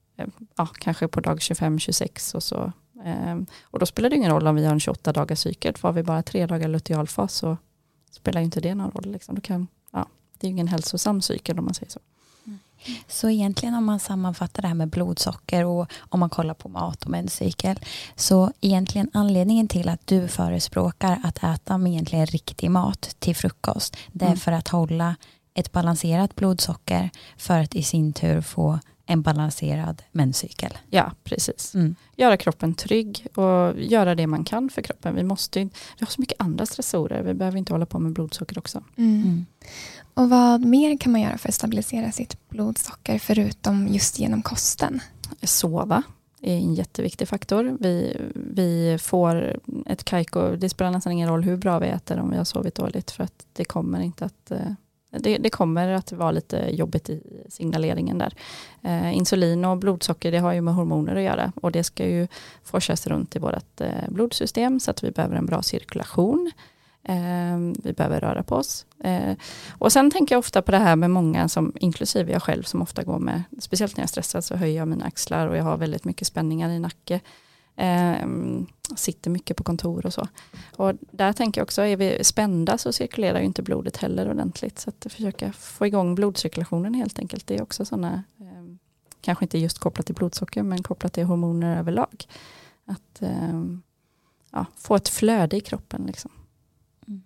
ja, kanske på dag tjugofem tjugosex och så. Eh, och då spelar det ingen roll om vi har en tjugoåtta dagars cykel. För har vi bara tre dagar lutealfas så spelar inte det någon roll. Liksom. Då kan, ja, det är ingen hälsosam cykel om man säger så. Mm. Så egentligen om man sammanfattar det här med blodsocker och om man kollar på mat och menscykel, så egentligen anledningen till att du förespråkar att äta med egentligen riktig mat till frukost, det är mm. för att hålla ett balanserat blodsocker, för att i sin tur få en balanserad menscykel. Ja, precis. Mm. Göra kroppen trygg och göra det man kan för kroppen. Vi måste, vi har så mycket andra stressorer. Vi behöver inte hålla på med blodsocker också. Mm. Mm. Och vad mer kan man göra för att stabilisera sitt blodsocker förutom just genom kosten? Sova är en jätteviktig faktor. Vi, vi får ett kajko. Det spelar nästan ingen roll hur bra vi äter om vi har sovit dåligt, för att det kommer inte att... Det, det kommer att vara lite jobbigt i signaleringen där. Eh, insulin och blodsocker, det har ju med hormoner att göra. Och det ska ju forsas runt i vårt eh, blodsystem, så att vi behöver en bra cirkulation. Eh, vi behöver röra på oss. Eh, och sen tänker jag ofta på det här med många, som inklusive jag själv, som ofta går med, speciellt när jag stressar så höjer jag mina axlar och jag har väldigt mycket spänningar i nacke. Eh, sitter mycket på kontor och så. Och där tänker jag också, är vi spända så cirkulerar ju inte blodet heller ordentligt. Så att försöka få igång blodcirkulationen helt enkelt. Det är också sådana, eh, kanske inte just kopplat till blodsocker, men kopplat till hormoner överlag. Att eh, ja, få ett flöde i kroppen liksom. Mm.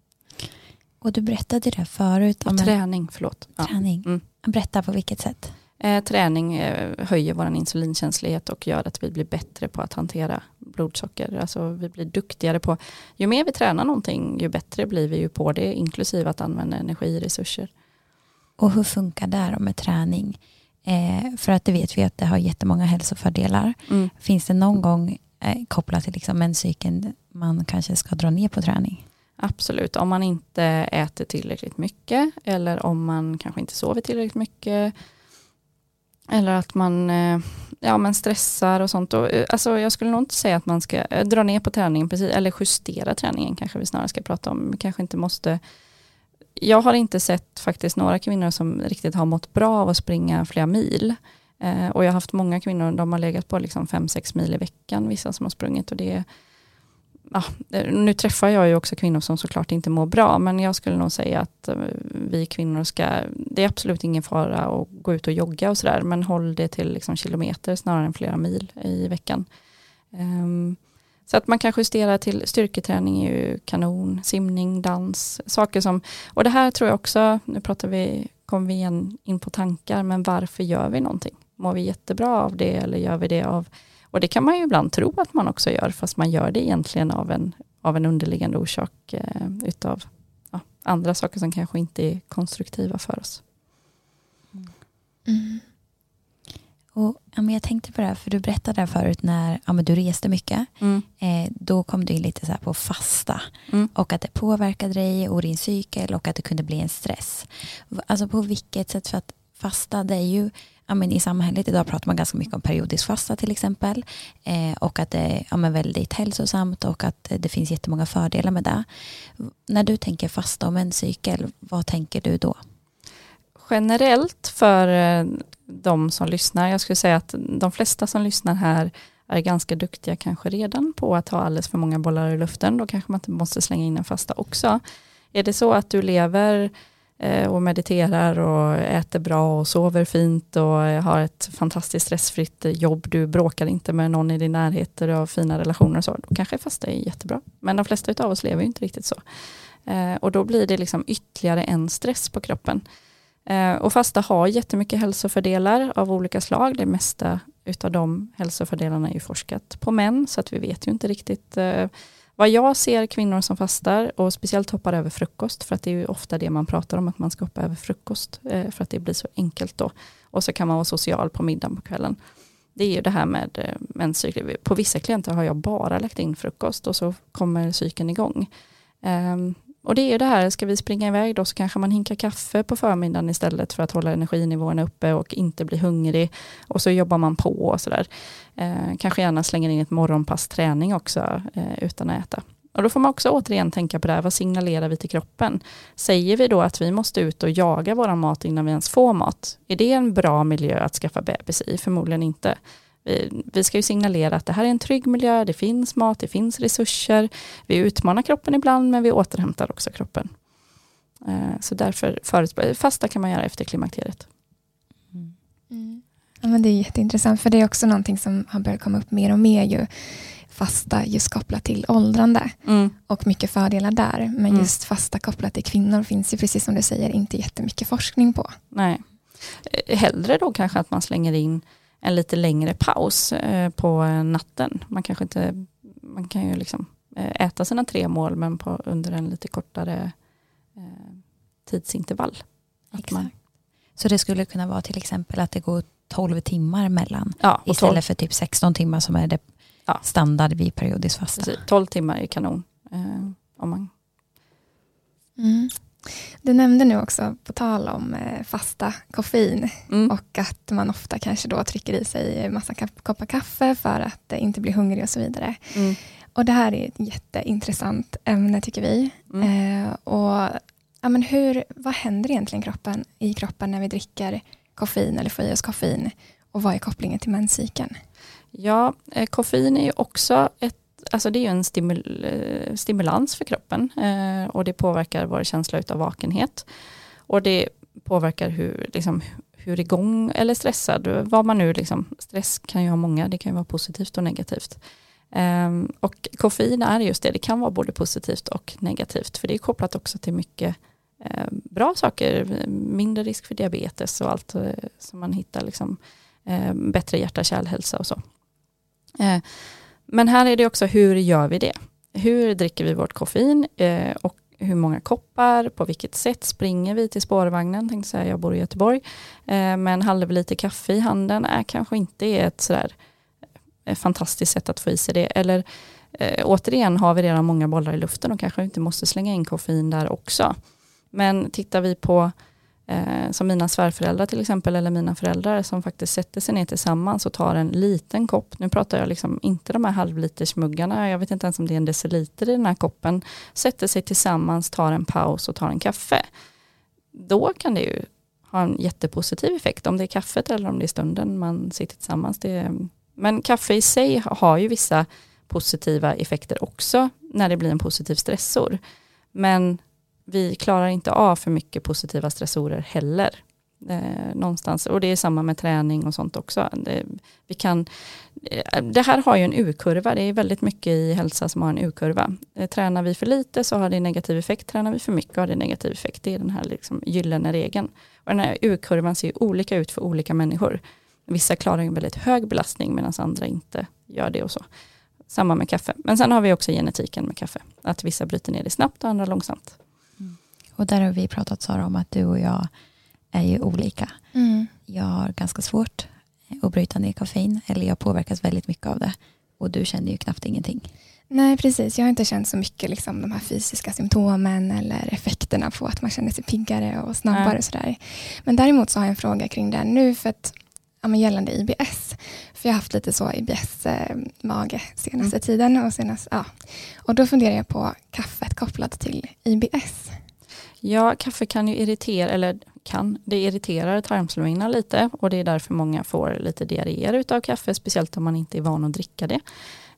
Och du berättade det förut. Och om träning, förlåt. Träning. Ja. Mm. Berätta på vilket sätt? Eh, träning eh, höjer vår insulinkänslighet och gör att vi blir bättre på att hantera blodsocker. Alltså vi blir duktigare på, ju mer vi tränar någonting, ju bättre blir vi ju på det, inklusive att använda energiresurser. Och hur funkar det då med träning? Eh, för att det vet vi att det har jättemånga hälsofördelar. Mm. Finns det någon gång eh, kopplat till liksom menscykeln man kanske ska dra ner på träning? Absolut, om man inte äter tillräckligt mycket eller om man kanske inte sover tillräckligt mycket eller att man ja, men stressar och sånt. Och, alltså, jag skulle nog inte säga att man ska dra ner på träningen precis, eller justera träningen kanske vi snarare ska prata om. Vi kanske inte måste. Jag har inte sett faktiskt några kvinnor som riktigt har mått bra av att springa flera mil. Eh, och jag har haft många kvinnor, de har legat på liksom fem sex mil i veckan, vissa som har sprungit. Och det, ja, nu träffar jag ju också kvinnor som såklart inte mår bra, men jag skulle nog säga att eh, vi kvinnor ska, det är absolut ingen fara att gå ut och jogga och sådär, men håll det till liksom kilometer snarare än flera mil i veckan. Um, Så att man kan justera till styrketräning är ju kanon, simning, dans, saker som, och det här tror jag också, nu pratar vi, kommer vi igen in på tankar, men varför gör vi någonting? Mår vi jättebra av det eller gör vi det av, och det kan man ju ibland tro att man också gör, fast man gör det egentligen av en, av en underliggande orsak eh, utav ja, andra saker som kanske inte är konstruktiva för oss. Mm. Och, ja, men jag tänkte på det här, för du berättade förut när ja, men du reste mycket. Mm. Eh, då kom du in lite så här på fasta. Mm. Och att det påverkade dig och din cykel och att det kunde bli en stress. Alltså på vilket sätt, för att fasta, det är ju, ja, men i samhället idag pratar man ganska mycket om periodisk fasta till exempel. Eh, och att det är ja, men väldigt hälsosamt och att det finns jättemånga fördelar med det. När du tänker fasta om en cykel, vad tänker du då? Generellt för de som lyssnar, jag skulle säga att de flesta som lyssnar här är ganska duktiga kanske redan på att ha alldeles för många bollar i luften. Då kanske man inte måste slänga in en fasta också. Är det så att du lever och mediterar och äter bra och sover fint och har ett fantastiskt stressfritt jobb, du bråkar inte med någon i din närhet och har fina relationer och så, då kanske fasta är jättebra. Men de flesta av oss lever ju inte riktigt så. Och då blir det liksom ytterligare en stress på kroppen. Och fasta har jättemycket hälsofördelar av olika slag. Det mesta utav de hälsofördelarna är ju forskat på män, så att vi vet ju inte riktigt eh, vad jag ser kvinnor som fastar och speciellt hoppar över frukost, för att det är ju ofta det man pratar om, att man ska hoppa över frukost eh, för att det blir så enkelt då. Och så kan man vara social på middagen på kvällen. Det är ju det här med eh, menscykel. På vissa klienter har jag bara lagt in frukost och så kommer cykeln igång. Um, Och det är ju det här, ska vi springa iväg då så kanske man hinkar kaffe på förmiddagen istället för att hålla energinivåerna uppe och inte bli hungrig. Och så jobbar man på och sådär. Eh, kanske gärna slänger in ett morgonpass träning också eh, utan att äta. Och då får man också återigen tänka på det här, vad signalerar vi till kroppen? Säger vi då att vi måste ut och jaga våran mat innan vi ens får mat? Är det en bra miljö att skaffa bebis i? Förmodligen inte. Vi, vi ska ju signalera att det här är en trygg miljö, det finns mat, det finns resurser. Vi utmanar kroppen ibland, men vi återhämtar också kroppen. Eh, så därför förutspå- fasta kan man göra efter klimakteriet. Mm. Mm. Ja, men det är jätteintressant, för det är också någonting som har börjat komma upp mer och mer ju. Fasta just kopplat till åldrande mm. och mycket fördelar där. Men mm. just fasta kopplat till kvinnor finns ju, precis som du säger, inte jättemycket forskning på. Nej. Hellre då kanske att man slänger in en lite längre paus eh, på natten. Man kanske inte, man kan ju liksom eh, äta sina tre mål, men på, under en lite kortare eh, tidsintervall. Att man... Så det skulle kunna vara till exempel att det går tolv timmar mellan, ja, istället tolv. för typ sexton timmar som är det ja. standard vid periodisk fasta. Precis, tolv timmar är kanon. Eh, om man... Mm. Du nämnde nu också, på tal om eh, fasta, koffein mm. och att man ofta kanske då trycker i sig en massa kapp, koppar kaffe för att eh, inte bli hungrig och så vidare. Mm. Och det här är ett jätteintressant ämne tycker vi. Mm. Eh, och ja, men hur, vad händer egentligen kroppen, i kroppen när vi dricker koffein eller får i oss koffein? Och vad är kopplingen till menscykeln? Ja, eh, koffein är ju också ett Alltså det är ju en stimul, stimulans för kroppen eh, och det påverkar vår känsla utav vakenhet. Och det påverkar hur, liksom, hur igång eller stressad, vad man nu liksom, stress kan ju ha många, det kan ju vara positivt och negativt. Eh, och koffein är just det, det kan vara både positivt och negativt, för det är kopplat också till mycket eh, bra saker, mindre risk för diabetes och allt eh, som man hittar, liksom, eh, bättre hjärta-kärlhälsa och så. Eh, Men här är det också, hur gör vi det? Hur dricker vi vårt koffein eh, och hur många koppar, på vilket sätt springer vi till spårvagnen? Tänkte säga, jag bor i Göteborg. Eh, men en halv liter kaffe i handen är kanske inte ett sådär eh, fantastiskt sätt att få i sig det. Eller eh, återigen har vi redan många bollar i luften och kanske inte måste slänga in koffein där också. Men tittar vi på eh, som mina svärföräldrar till exempel, eller mina föräldrar som faktiskt sätter sig ner tillsammans och tar en liten kopp. Nu pratar jag liksom inte de här halvlitersmuggarna, jag vet inte ens om det är en deciliter i den här koppen. Sätter sig tillsammans, tar en paus och tar en kaffe. Då kan det ju ha en jättepositiv effekt om det är kaffet eller om det är stunden man sitter tillsammans. Det är, men kaffe i sig har ju vissa positiva effekter också när det blir en positiv stressor. Men vi klarar inte av för mycket positiva stressorer heller. Eh, någonstans. Och det är samma med träning och sånt också. Det, vi kan, det här har ju en U-kurva. Det är väldigt mycket i hälsa som har en U-kurva. Eh, tränar vi för lite så har det negativ effekt. Tränar vi för mycket har det negativ effekt. Det är den här liksom gyllene regeln. Och den här U-kurvan ser ju olika ut för olika människor. Vissa klarar en väldigt hög belastning medan andra inte gör det och så. Samma med kaffe. Men sen har vi också genetiken med kaffe. Att vissa bryter ner det snabbt och andra långsamt. Mm. Och där har vi pratat, Sara, om att du och jag är ju olika. Mm. Jag har ganska svårt att bryta ner koffein. Eller jag påverkas väldigt mycket av det. Och du känner ju knappt ingenting. Nej, precis. Jag har inte känt så mycket liksom, de här fysiska symptomen eller effekterna på att man känner sig piggare och snabbare. Mm. Och sådär. Men däremot så har jag en fråga kring det nu för att ja, men gällande I B S. För jag har haft lite så I B S-mage senaste mm. tiden. Och, senast, ja. och då funderar jag på kaffet kopplat till I B S. Ja, kaffe kan ju irritera, eller kan, det irriterar tarmslemhinnan lite och det är därför många får lite diarréer utav kaffe, speciellt om man inte är van att dricka det.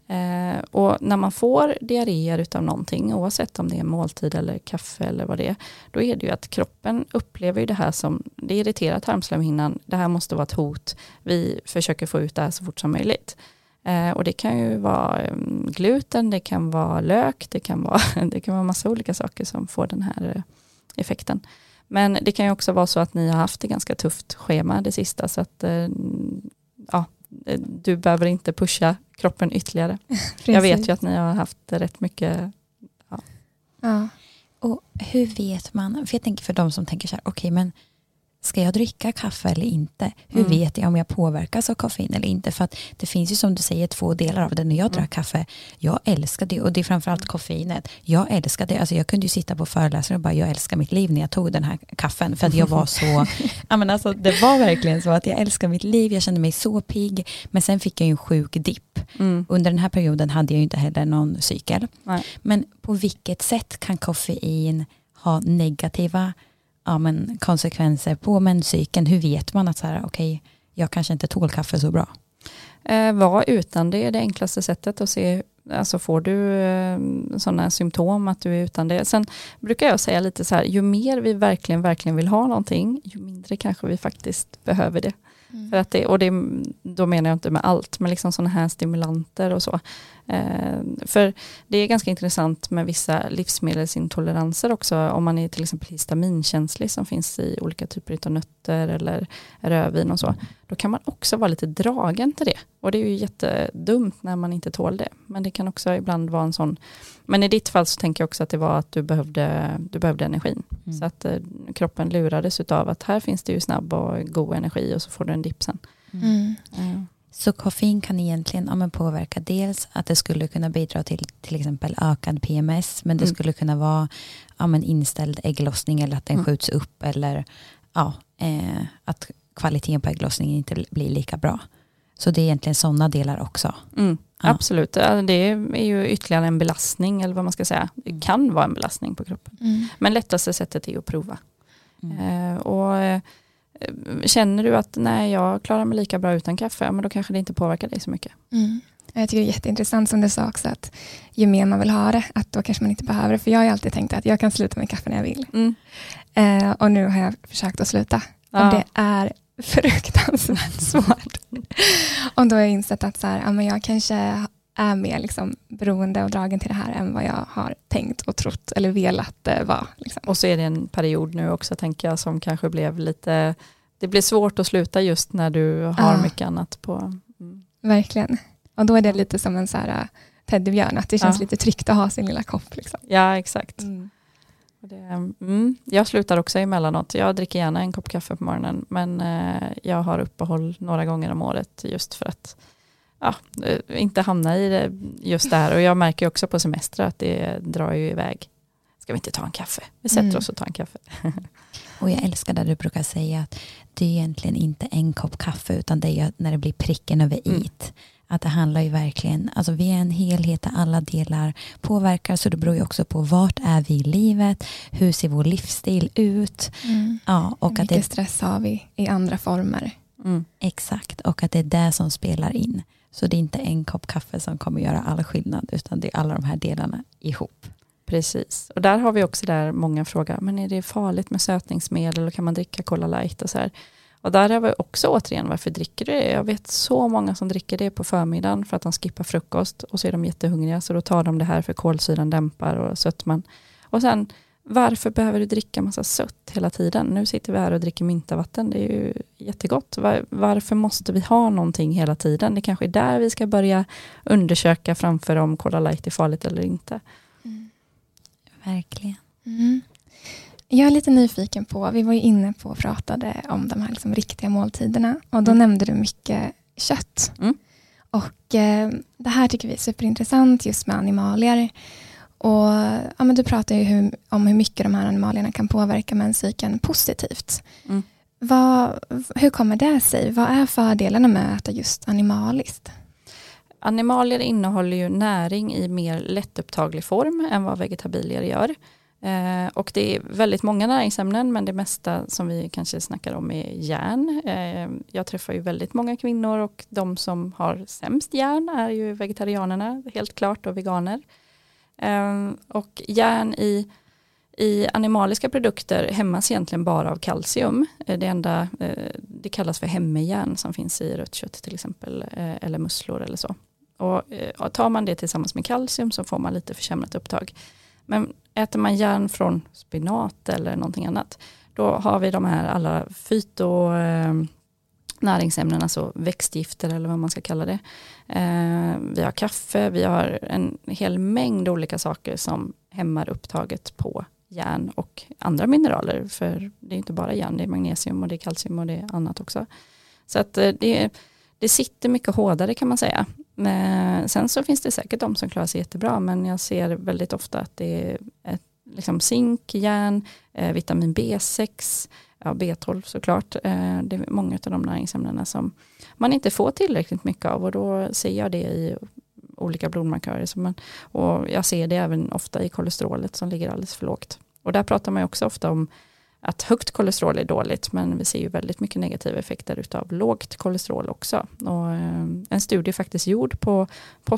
Eh, och när man får diarréer utav någonting, oavsett om det är måltid eller kaffe eller vad det är, då är det ju att kroppen upplever ju det här som, det irriterar tarmslemhinnan, det här måste vara ett hot, vi försöker få ut det här så fort som möjligt. Eh, och det kan ju vara um, gluten, det kan vara lök, det kan vara, det kan vara massa olika saker som får den här uh, effekten. Men det kan ju också vara så att ni har haft ett ganska tufft schema det sista, så att uh, ja, du behöver inte pusha kroppen ytterligare. Jag vet ju att ni har haft rätt mycket. Ja. Ja. Och hur vet man, för jag tänker för de som tänker så här, okej okay, men ska jag dricka kaffe eller inte? Hur mm. vet jag om jag påverkas av koffein eller inte? För att det finns ju som du säger två delar av det. När jag drack mm. kaffe, jag älskar det. Och det är framförallt koffeinet. Jag älskar det. Alltså jag kunde ju sitta på föreläsningar och bara, jag älskar mitt liv när jag tog den här kaffen. För att jag var så, ja men alltså det var verkligen så att jag älskar mitt liv. Jag kände mig så pigg. Men sen fick jag ju en sjuk dipp. Mm. Under den här perioden hade jag ju inte heller någon cykel. Nej. Men på vilket sätt kan koffein ha negativa ja, men konsekvenser på menscykeln? Hur vet man att så här, okej, jag kanske inte tål kaffe så bra? Eh, var utan det är det enklaste sättet att se. Alltså får du eh, sådana symptom att du är utan det. Sen brukar jag säga lite så här, ju mer vi verkligen, verkligen vill ha någonting, ju mindre kanske vi faktiskt behöver det. Mm. För att det, och det, då menar jag inte med allt, men liksom sådana här stimulanter och så. Eh, för det är ganska intressant med vissa livsmedelsintoleranser också. Om man är till exempel histaminkänslig som finns i olika typer av nötter eller rödvin och så. Då kan man också vara lite dragen till det. Och det är ju jättedumt när man inte tål det. Men det kan också ibland vara en sån. Men i ditt fall så tänker jag också att det var att du behövde, du behövde energin. Mm. Så att eh, kroppen lurades utav att här finns det ju snabb och god energi och så får du en dipp sen. Mm. Mm. Så koffein kan egentligen ja, men påverka dels att det skulle kunna bidra till till exempel ökad P M S, men det mm. skulle kunna vara ja, men inställd ägglossning eller att den mm. skjuts upp eller ja, eh, att kvaliteten på ägglossningen inte blir lika bra. Så det är egentligen sådana delar också. Mm. Ja. Absolut, det är ju ytterligare en belastning eller vad man ska säga. Det kan vara en belastning på kroppen. Mm. Men lättaste sättet är att prova. Mm. Eh, och känner du att nej, jag klarar mig lika bra utan kaffe, men då kanske det inte påverkar dig så mycket. Mm. Jag tycker det är jätteintressant som du sa också, att ju mer man vill ha det, att då kanske man inte behöver det. För jag har ju alltid tänkt att jag kan sluta med kaffe när jag vill. Mm. Eh, och nu har jag försökt att sluta. Ja. Och det är fruktansvärt svårt. Och då har jag insett att så här, ja, men jag kanske är mer liksom beroende och dragen till det här än vad jag har tänkt och trott eller velat eh, vara. Liksom. Och så är det en period nu också, tänker jag, som kanske blev lite, det blir svårt att sluta just när du har ja. mycket annat på. Mm. Verkligen. Och då är det lite som en så här teddybjörn, att det känns ja. lite tryggt att ha sin lilla kopp. Liksom. Ja, exakt. Mm. Och det, mm, jag slutar också emellanåt. Jag dricker gärna en kopp kaffe på morgonen, men eh, jag har uppehåll några gånger om året just för att ja, inte hamna i det just där. Och jag märker också på semester att det drar ju iväg. Ska vi inte ta en kaffe? Vi sätter mm. oss och tar en kaffe. Och jag älskar det du brukar säga att det är egentligen inte en kopp kaffe utan det är när det blir pricken över mm. it. Att det handlar ju verkligen, alltså vi är en helhet där alla delar påverkar, så det beror ju också på vart är vi i livet, hur ser vår livsstil ut. Mm. Ja, och Vilken att det, stress har vi i andra former. Mm. Exakt, och att det är det som spelar in. Så det är inte en kopp kaffe som kommer göra all skillnad, utan det är alla de här delarna ihop. Precis, och där har vi också där många frågor, men är det farligt med sötningsmedel och kan man dricka Cola Light och så här. Och där har vi också återigen, varför dricker du det? Jag vet så många som dricker det på förmiddagen för att de skippar frukost och så är de jättehungriga, så då tar de det här för kolsyran dämpar och sötman. Och sen, varför behöver du dricka massa sött hela tiden? Nu sitter vi här och dricker myntavatten, det är ju jättegott. Var, varför måste vi ha någonting hela tiden? Det kanske är där vi ska börja undersöka framför om Cola Light är farligt eller inte. Mm. Verkligen. Mm. Jag är lite nyfiken på, vi var ju inne på och pratade om de här liksom riktiga måltiderna. Och då mm. nämnde du mycket kött. Mm. Och eh, det här tycker vi är superintressant just med animalier. Och ja, men du pratar ju hur, om hur mycket de här animalierna kan påverka menscykeln positivt. Mm. Vad, hur kommer det sig? Vad är fördelarna med att äta just animaliskt? Animalier innehåller ju näring i mer lättupptaglig form än vad vegetabilier gör. Eh, och det är väldigt många näringsämnen, men det mesta som vi kanske snackar om är järn. Eh, jag träffar ju väldigt många kvinnor och de som har sämst järn är ju vegetarianerna, helt klart, och veganer. Eh, och järn i, i animaliska produkter hämmas egentligen bara av kalcium. Eh, det enda, eh, det kallas för hemmejärn som finns i rött kött till exempel, eh, eller musslor eller så. Och eh, tar man det tillsammans med kalcium så får man lite försämrat upptag. Men äter man järn från spinat eller någonting annat, då har vi de här alla fyto eh, näringsämnen, alltså växtgifter eller vad man ska kalla det. Eh, vi har kaffe, vi har en hel mängd olika saker som hämmar upptaget på järn och andra mineraler. För det är inte bara järn, det är magnesium och det är kalcium och det är annat också. Så att eh, det, det sitter mycket hårdare kan man säga. Men sen så finns det säkert de som klarar sig jättebra, men jag ser väldigt ofta att det är ett, liksom zink, järn, eh, vitamin B sex, ja, B tolv såklart. Eh, det är många av de näringsämnena som man inte får tillräckligt mycket av, och då ser jag det i olika blodmarkörer. Så man, och jag ser det även ofta i kolesterolet som ligger alldeles för lågt. Och där pratar man ju också ofta om att högt kolesterol är dåligt, men vi ser ju väldigt mycket negativa effekter utav lågt kolesterol också. Och eh, en studie faktiskt gjord på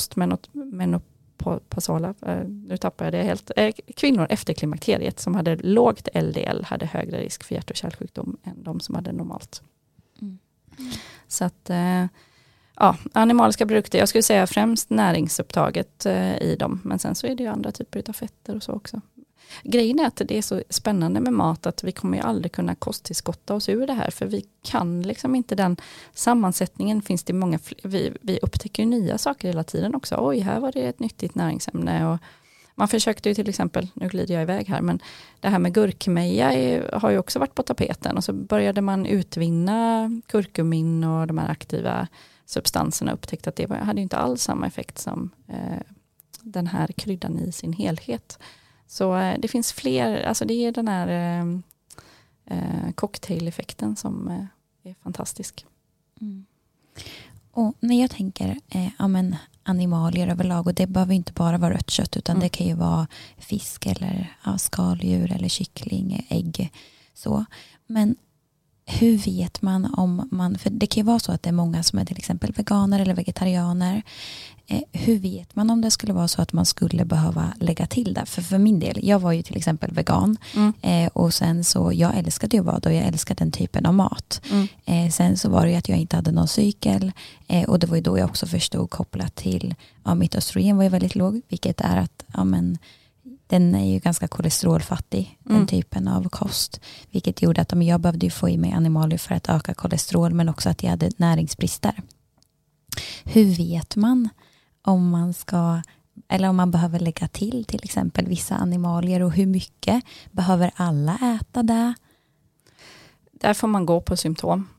postmenopausala, eh, nu tappar jag det helt, eh, kvinnor efter klimakteriet som hade lågt L D L hade högre risk för hjärt- och kärlsjukdom än de som hade normalt. Mm. Mm. Så att eh, ja, animaliska produkter, jag skulle säga främst näringsupptaget eh, i dem, men sen så är det ju andra typer av fetter och så också. Grejen är att det är så spännande med mat att vi kommer ju aldrig kunna kosttillskotta oss ur det här, för vi kan liksom inte den sammansättningen. Finns det många, vi, vi upptäcker ju nya saker hela tiden också. Oj, här var det ett nyttigt näringsämne. Och man försökte ju till exempel, nu glider jag iväg här, men det här med gurkmeja är, har ju också varit på tapeten, och så började man utvinna kurkumin och de här aktiva substanserna, upptäckte att det hade ju inte alls samma effekt som eh, den här kryddan i sin helhet. Så eh, det finns fler, alltså det är den här eh, eh, cocktail-effekten som eh, är fantastisk. Mm. Och när jag tänker eh, ja, men animalier överlag, och det behöver inte bara vara rött kött, utan mm. det kan ju vara fisk eller ja, skaldjur eller kyckling, ägg, så. Men hur vet man om man, för det kan ju vara så att det är många som är till exempel veganer eller vegetarianer. Eh, hur vet man om det skulle vara så att man skulle behöva lägga till det? För för min del, jag var ju till exempel vegan. Mm. Eh, och sen så, jag älskade ju vad och jag älskade den typen av mat. Mm. Eh, sen så var det ju att jag inte hade någon cykel. Eh, och det var ju då jag också förstod kopplat till, ja, mitt östrogen var ju väldigt låg. Vilket är att, ja men, den är ju ganska kolesterolfattig, mm. den typen av kost. Vilket gjorde att jag behövde ju få i mig animalier för att öka kolesterol, men också att jag hade näringsbrister. Hur vet man om man ska, eller om man behöver lägga till till exempel vissa animalier, och hur mycket behöver alla äta det? Där får man gå på symptom.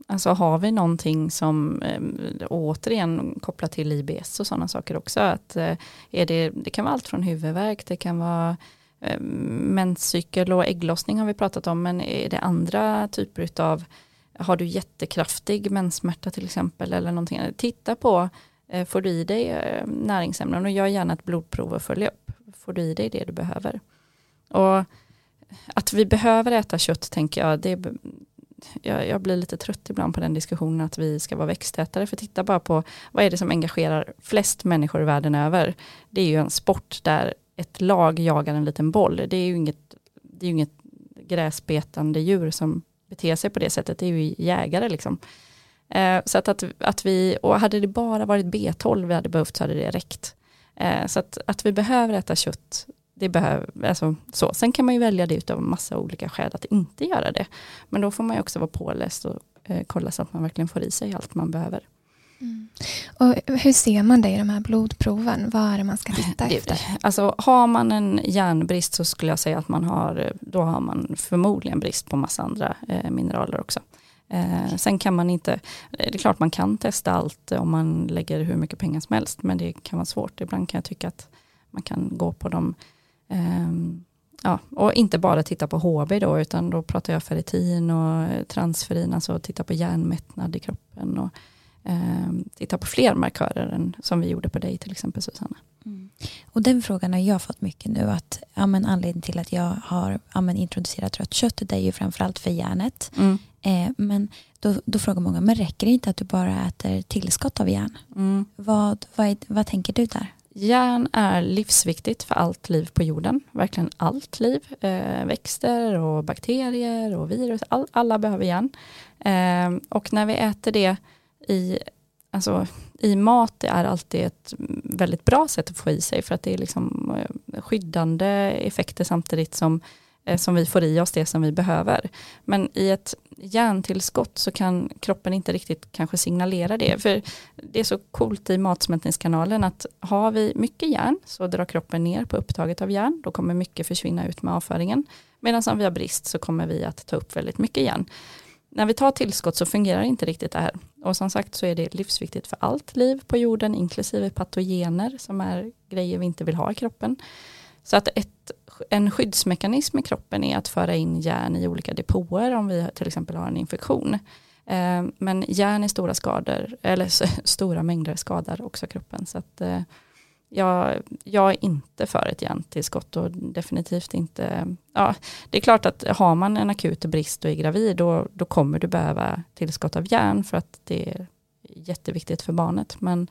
Alltså har vi någonting som eh, återigen kopplat till I B S och sådana saker också. Att, eh, är det, det kan vara allt från huvudvärk, det kan vara eh, menscykel och ägglossning har vi pratat om. Men är det andra typer av, har du jättekraftig menssmärta till exempel eller någonting. Titta på, eh, får du i dig eh, näringsämnen och gör gärna ett blodprov och följ upp. Får du i dig det du behöver. Och att vi behöver äta kött tänker jag, det är, jag, jag blir lite trött ibland på den diskussionen att vi ska vara växtätare. För titta bara på vad är det som engagerar flest människor världen över. Det är ju en sport där ett lag jagar en liten boll. Det är ju inget, det är ju inget gräsbetande djur som beter sig på det sättet. Det är ju jägare liksom. Eh, så att, att, att vi, och hade det bara varit B tolv vi hade behövt så hade det räckt. Eh, så att, att vi behöver äta kött. Det behöver, alltså, så. Sen kan man ju välja det utav massa olika skäl att inte göra det. Men då får man ju också vara påläst och eh, kolla så att man verkligen får i sig allt man behöver. Mm. Och hur ser man det i de här blodproven? Vad är det man ska titta det, efter? Alltså har man en järnbrist så skulle jag säga att man har, då har man förmodligen brist på massa andra eh, mineraler också. Eh, sen kan man inte, det är klart man kan testa allt om man lägger hur mycket pengar som helst. Men det kan vara svårt. Ibland kan jag tycka att man kan gå på dem. Um, ja, och inte bara titta på H B då, utan då pratar jag ferritin och transferin, alltså titta på järnmättnad i kroppen och um, titta på fler markörer än som vi gjorde på dig till exempel, Susanna. Mm. Och den frågan har jag fått mycket nu, att ja, men anledningen till att jag har ja, men introducerat rött kött, det är ju framförallt för järnet. Mm. Eh, men då, då frågar många, men räcker det inte att du bara äter tillskott av järn? Mm. Vad, vad, är, vad tänker du där? Järn är livsviktigt för allt liv på jorden. Verkligen allt liv. Eh, växter och bakterier och virus. All, alla behöver järn. Eh, och när vi äter det i, alltså, i mat, det är alltid ett väldigt bra sätt att få i sig. För att det är liksom skyddande effekter samtidigt som, eh, som vi får i oss det som vi behöver. Men i ett järntillskott så kan kroppen inte riktigt kanske signalera det. För det är så coolt i matsmältningskanalen att har vi mycket järn så drar kroppen ner på upptaget av järn. Då kommer mycket försvinna ut med avföringen. Medan om vi har brist så kommer vi att ta upp väldigt mycket järn. När vi tar tillskott så fungerar inte riktigt det här. Och som sagt så är det livsviktigt för allt liv på jorden, inklusive patogener som är grejer vi inte vill ha i kroppen. Så att ett, en skyddsmekanism i kroppen är att föra in järn i olika depåer om vi till exempel har en infektion. Eh, men järn i stora skador, eller stora mängder skadar också kroppen. Så att eh, jag, jag är inte för ett järntillskott och definitivt inte. Ja, det är klart att har man en akut brist och är gravid då, då kommer du behöva tillskott av järn för att det är jätteviktigt för barnet. Men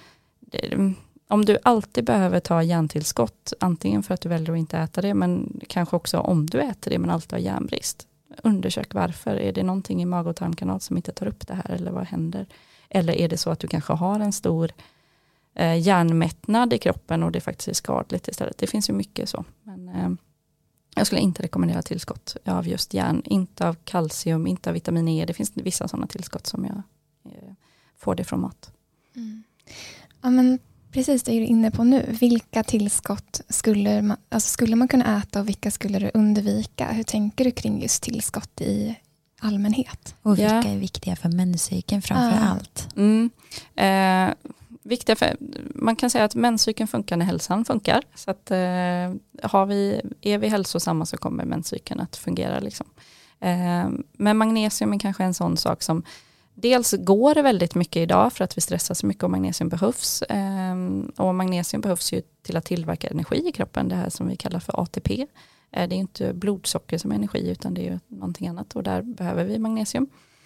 det, om du alltid behöver ta järntillskott, antingen för att du väljer att inte äta det, men kanske också om du äter det men alltid har järnbrist. Undersök varför. Är det någonting i mag- och tarmkanal som inte tar upp det här eller vad händer? Eller är det så att du kanske har en stor eh, järnmättnad i kroppen och det faktiskt är skadligt istället? Det finns ju mycket så. Men eh, jag skulle inte rekommendera tillskott av just järn. Inte av kalcium, inte av vitamin E. Det finns vissa sådana tillskott som jag eh, får det från mat. Mm. Ja, men precis, det är du inne på nu. Vilka tillskott skulle man, alltså skulle man kunna äta och vilka skulle du undvika? Hur tänker du kring just tillskott i allmänhet? Och vilka ja. är viktiga för menscykeln framför ah. allt? Mm. Eh, viktiga för, man kan säga att menscykeln funkar när hälsan funkar. Så att, eh, har vi, är vi hälsosamma så kommer menscykeln att fungera. Liksom. Eh, men magnesium är kanske en sån sak som dels går det väldigt mycket idag för att vi stressar så mycket och magnesium behövs. Um, och magnesium behövs ju till att tillverka energi i kroppen, det här som vi kallar för A T P. Uh, det är inte blodsocker som är energi utan det är ju någonting annat och där behöver vi magnesium.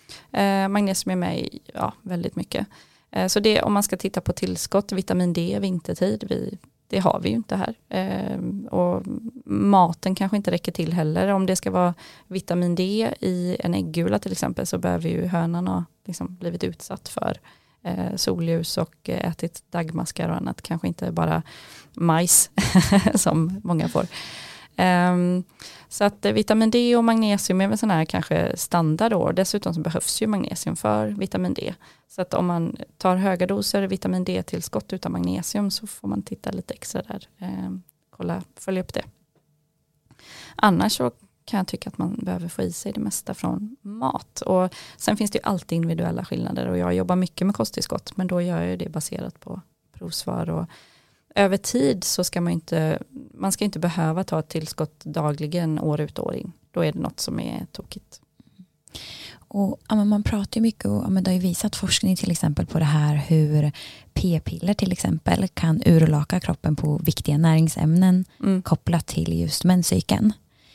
Uh, magnesium är med i ja, väldigt mycket. Uh, så det, om man ska titta på tillskott, vitamin D vintertid, vi, det har vi ju inte här. Uh, och maten kanske inte räcker till heller. Om det ska vara vitamin D i en äggula till exempel så behöver ju hönan ha liksom blivit utsatt för eh, solljus och ätit daggmaskar och annat. Kanske inte bara majs som många får. Um, så att eh, vitamin D och magnesium är väl sån här kanske standard då. Dessutom så behövs ju magnesium för vitamin D. Så att om man tar höga doser vitamin D-tillskott utan magnesium så får man titta lite extra där. Um, kolla, följa upp det. Annars så kan jag tycka att man behöver få i sig det mesta från mat. Och sen finns det ju alltid individuella skillnader och jag jobbar mycket med kosttillskott, men då gör jag det baserat på provsvar. Och över tid så ska man inte, man ska inte behöva ta ett tillskott dagligen år ut och år in. Då är det något som är tokigt. Och ja, man pratar ju mycket och ja, men det har ju visat forskning till exempel på det här hur p-piller till exempel kan urlaka kroppen på viktiga näringsämnen mm. kopplat till just menscykeln.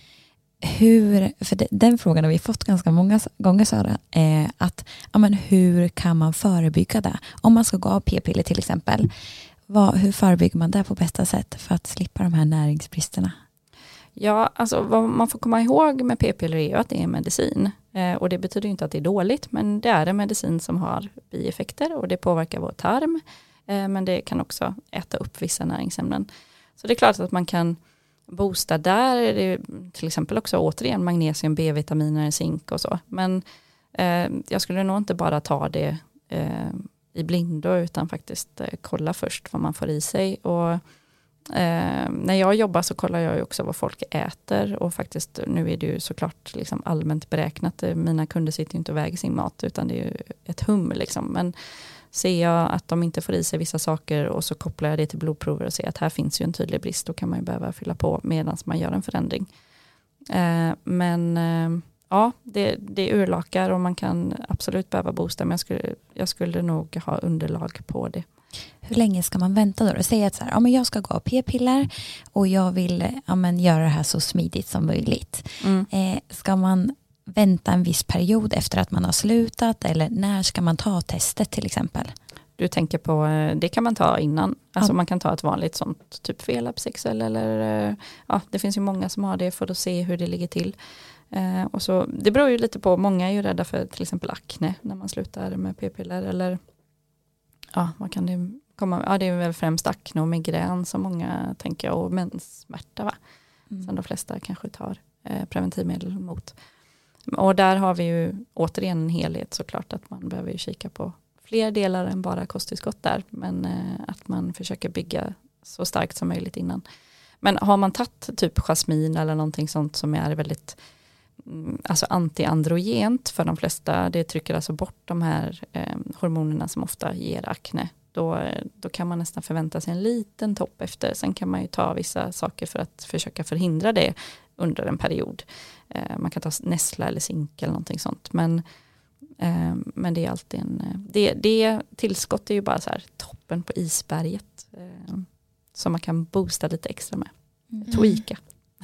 Hur, för det, den frågan har vi fått ganska många gånger, Sara, eh, att ja, men hur kan man förebygga det? Om man ska gå av p-piller till exempel, vad, hur förebygger man det på bästa sätt för att slippa de här näringsbristerna? Ja, alltså vad man får komma ihåg med p-piller är ju att det är medicin. Eh, och det betyder inte att det är dåligt, men det är en medicin som har bieffekter och det påverkar vår tarm. Eh, men det kan också äta upp vissa näringsämnen. Så det är klart att man kan boosta där, det är till exempel också återigen magnesium, B-vitaminer, zink och så. Men eh, jag skulle nog inte bara ta det eh, i blindo utan faktiskt eh, kolla först vad man får i sig. Och eh, när jag jobbar så kollar jag ju också vad folk äter och faktiskt nu är det ju såklart liksom allmänt beräknat. Mina kunder sitter ju inte och väger sin mat utan det är ju ett hum liksom. Men ser jag att de inte får i sig vissa saker och så kopplar jag det till blodprover och ser att här finns ju en tydlig brist, då kan man ju behöva fylla på medan man gör en förändring. Eh, men eh, ja, det, det urlakar och man kan absolut behöva boosta, men jag skulle, jag skulle nog ha underlag på det. Hur länge ska man vänta då? Säg att så här, ja, men jag ska gå av p-piller och jag vill ja, men göra det här så smidigt som möjligt. Mm. Eh, ska man vänta en viss period efter att man har slutat eller när ska man ta testet till exempel? Du tänker på, det kan man ta innan. Alltså ja. Man kan ta ett vanligt sånt typ Felapsexel eller ja, det finns ju många som har det för att se hur det ligger till. Eh, och så, det beror ju lite på, många är ju rädda för till exempel akne när man slutar med p-piller eller ja, vad kan det komma? Ja, det är väl främst akne och migrän som många tänker och menssmärta va? Mm. Som de flesta kanske tar eh, preventivmedel mot. Och där har vi ju återigen en helhet såklart att man behöver ju kika på fler delar än bara kosttillskott där. Men eh, att man försöker bygga så starkt som möjligt innan. Men har man tagit typ jasmin eller någonting sånt som är väldigt mm, alltså antiandrogent för de flesta. Det trycker alltså bort de här eh, hormonerna som ofta ger akne. Då, då kan man nästan förvänta sig en liten topp efter. Sen kan man ju ta vissa saker för att försöka förhindra det under en period. Eh, man kan ta nässla eller zink eller någonting sånt. Men, eh, men det är alltid en... Det, det tillskott är ju bara så här toppen på isberget. Eh, som man kan boosta lite extra med. Mm. Tweaka.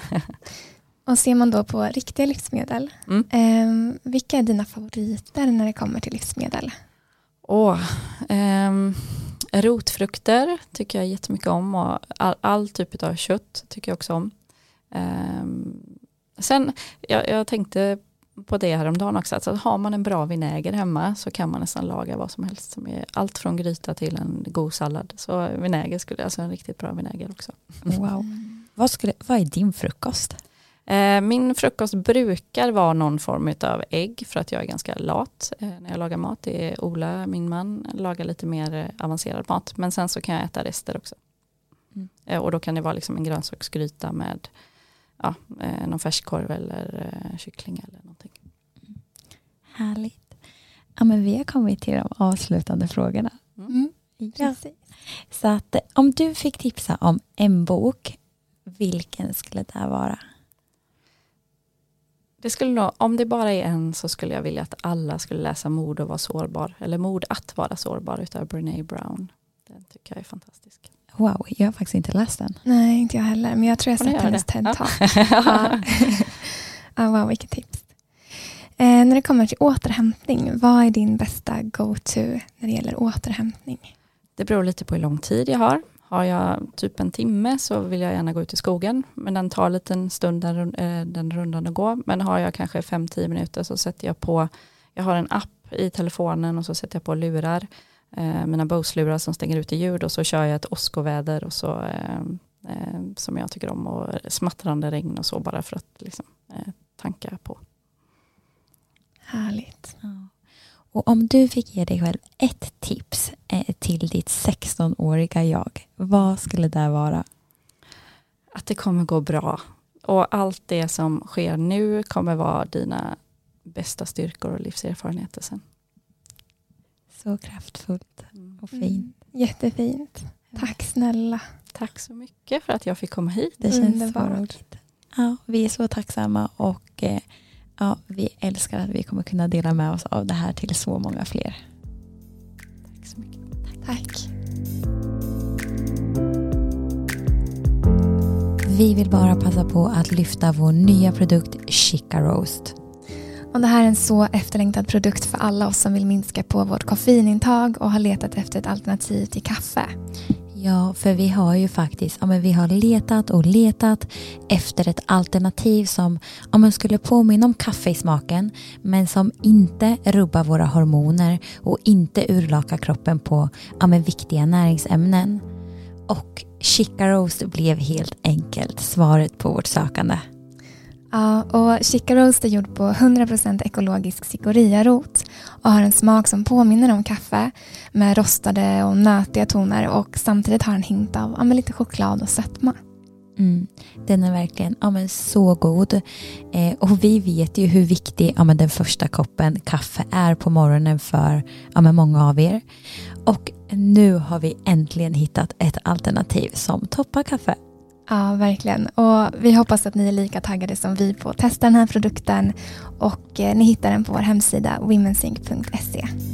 Och ser man då på riktiga livsmedel. Mm. Eh, vilka är dina favoriter när det kommer till livsmedel? Åh, eh, rotfrukter tycker jag jättemycket om. Och all, all typ av kött tycker jag också om. Um, sen, jag, jag tänkte på det häromdagen också, att har man en bra vinäger hemma så kan man nästan laga vad som helst, som är allt från gryta till en god sallad. Så vinäger skulle, alltså en riktigt bra vinäger också. Wow. Vad, skulle, vad är din frukost? Uh, min frukost brukar vara någon form av ägg för att jag är ganska lat uh, när jag lagar mat. Det är Ola, min man, lagar lite mer uh, avancerad mat, men sen så kan jag äta rester också. Mm. Uh, och då kan det vara liksom en grönsaksgryta med ja, eh, någon färskkorv eller eh, kyckling eller någonting. Härligt. Ja, men vi har kommit till de avslutande frågorna. Mm. Ja. Så att om du fick tipsa om en bok, vilken skulle det vara? Det skulle nog, om det bara är en så skulle jag vilja att alla skulle läsa Mod och vara sårbar. Eller Mod att vara sårbar utav Brené Brown. Den tycker jag är fantastisk. Wow, jag har faktiskt inte läst den. Nej, inte jag heller. Men jag tror jag har sett hennes TED-talk. Ja. Ja, wow, vilket tips. Eh, när det kommer till återhämtning, vad är din bästa go-to när det gäller återhämtning? Det beror lite på hur lång tid jag har. Har jag typ en timme så vill jag gärna gå ut i skogen. Men den tar lite en stund den, den rundan att gå. Men har jag kanske fem till tio minuter så sätter jag på, jag har en app i telefonen och så sätter jag på lurar. Eh, mina Bose-lurar som stänger ut i ljud och så kör jag ett åskoväder och så eh, eh, som jag tycker om och smattrande regn och så bara för att liksom, eh, tanka på. Härligt. Ja. Och om du fick ge dig själv ett tips eh, till ditt sexton-åriga jag, vad skulle det vara? Att det kommer gå bra. Och allt det som sker nu kommer vara dina bästa styrkor och livserfarenheter sen. Så kraftfullt och fint. Mm. Jättefint. Tack snälla. Tack så mycket för att jag fick komma hit. Det känns Underbart. så roligt. Ja, vi är så tacksamma och eh, ja, vi älskar att vi kommer kunna dela med oss av det här till så många fler. Tack så mycket. Tack. Vi vill bara passa på att lyfta vår nya produkt Chica Roast. Och det här är en så efterlängtad produkt för alla oss som vill minska på vårt koffeinintag och har letat efter ett alternativ till kaffe. Ja, för vi har ju faktiskt ja, men vi har letat och letat efter ett alternativ som ja, man skulle påminna om kaffe i smaken men som inte rubbar våra hormoner och inte urlakar kroppen på ja, men viktiga näringsämnen. Och Chica Roast blev helt enkelt svaret på vårt sökande. Ja, och Chica Roast är gjord på hundra procent ekologisk cikoria-rot och har en smak som påminner om kaffe med rostade och nötiga toner och samtidigt har en hint av ja, men lite choklad och sötma. Mm, den är verkligen ja, men så god. Eh, och vi vet ju hur viktig ja, men den första koppen kaffe är på morgonen för ja, men många av er. Och nu har vi äntligen hittat ett alternativ som toppar kaffe. Ja, verkligen. Och vi hoppas att ni är lika taggade som vi på att testa den här produkten och eh, ni hittar den på vår hemsida womensync punkt se.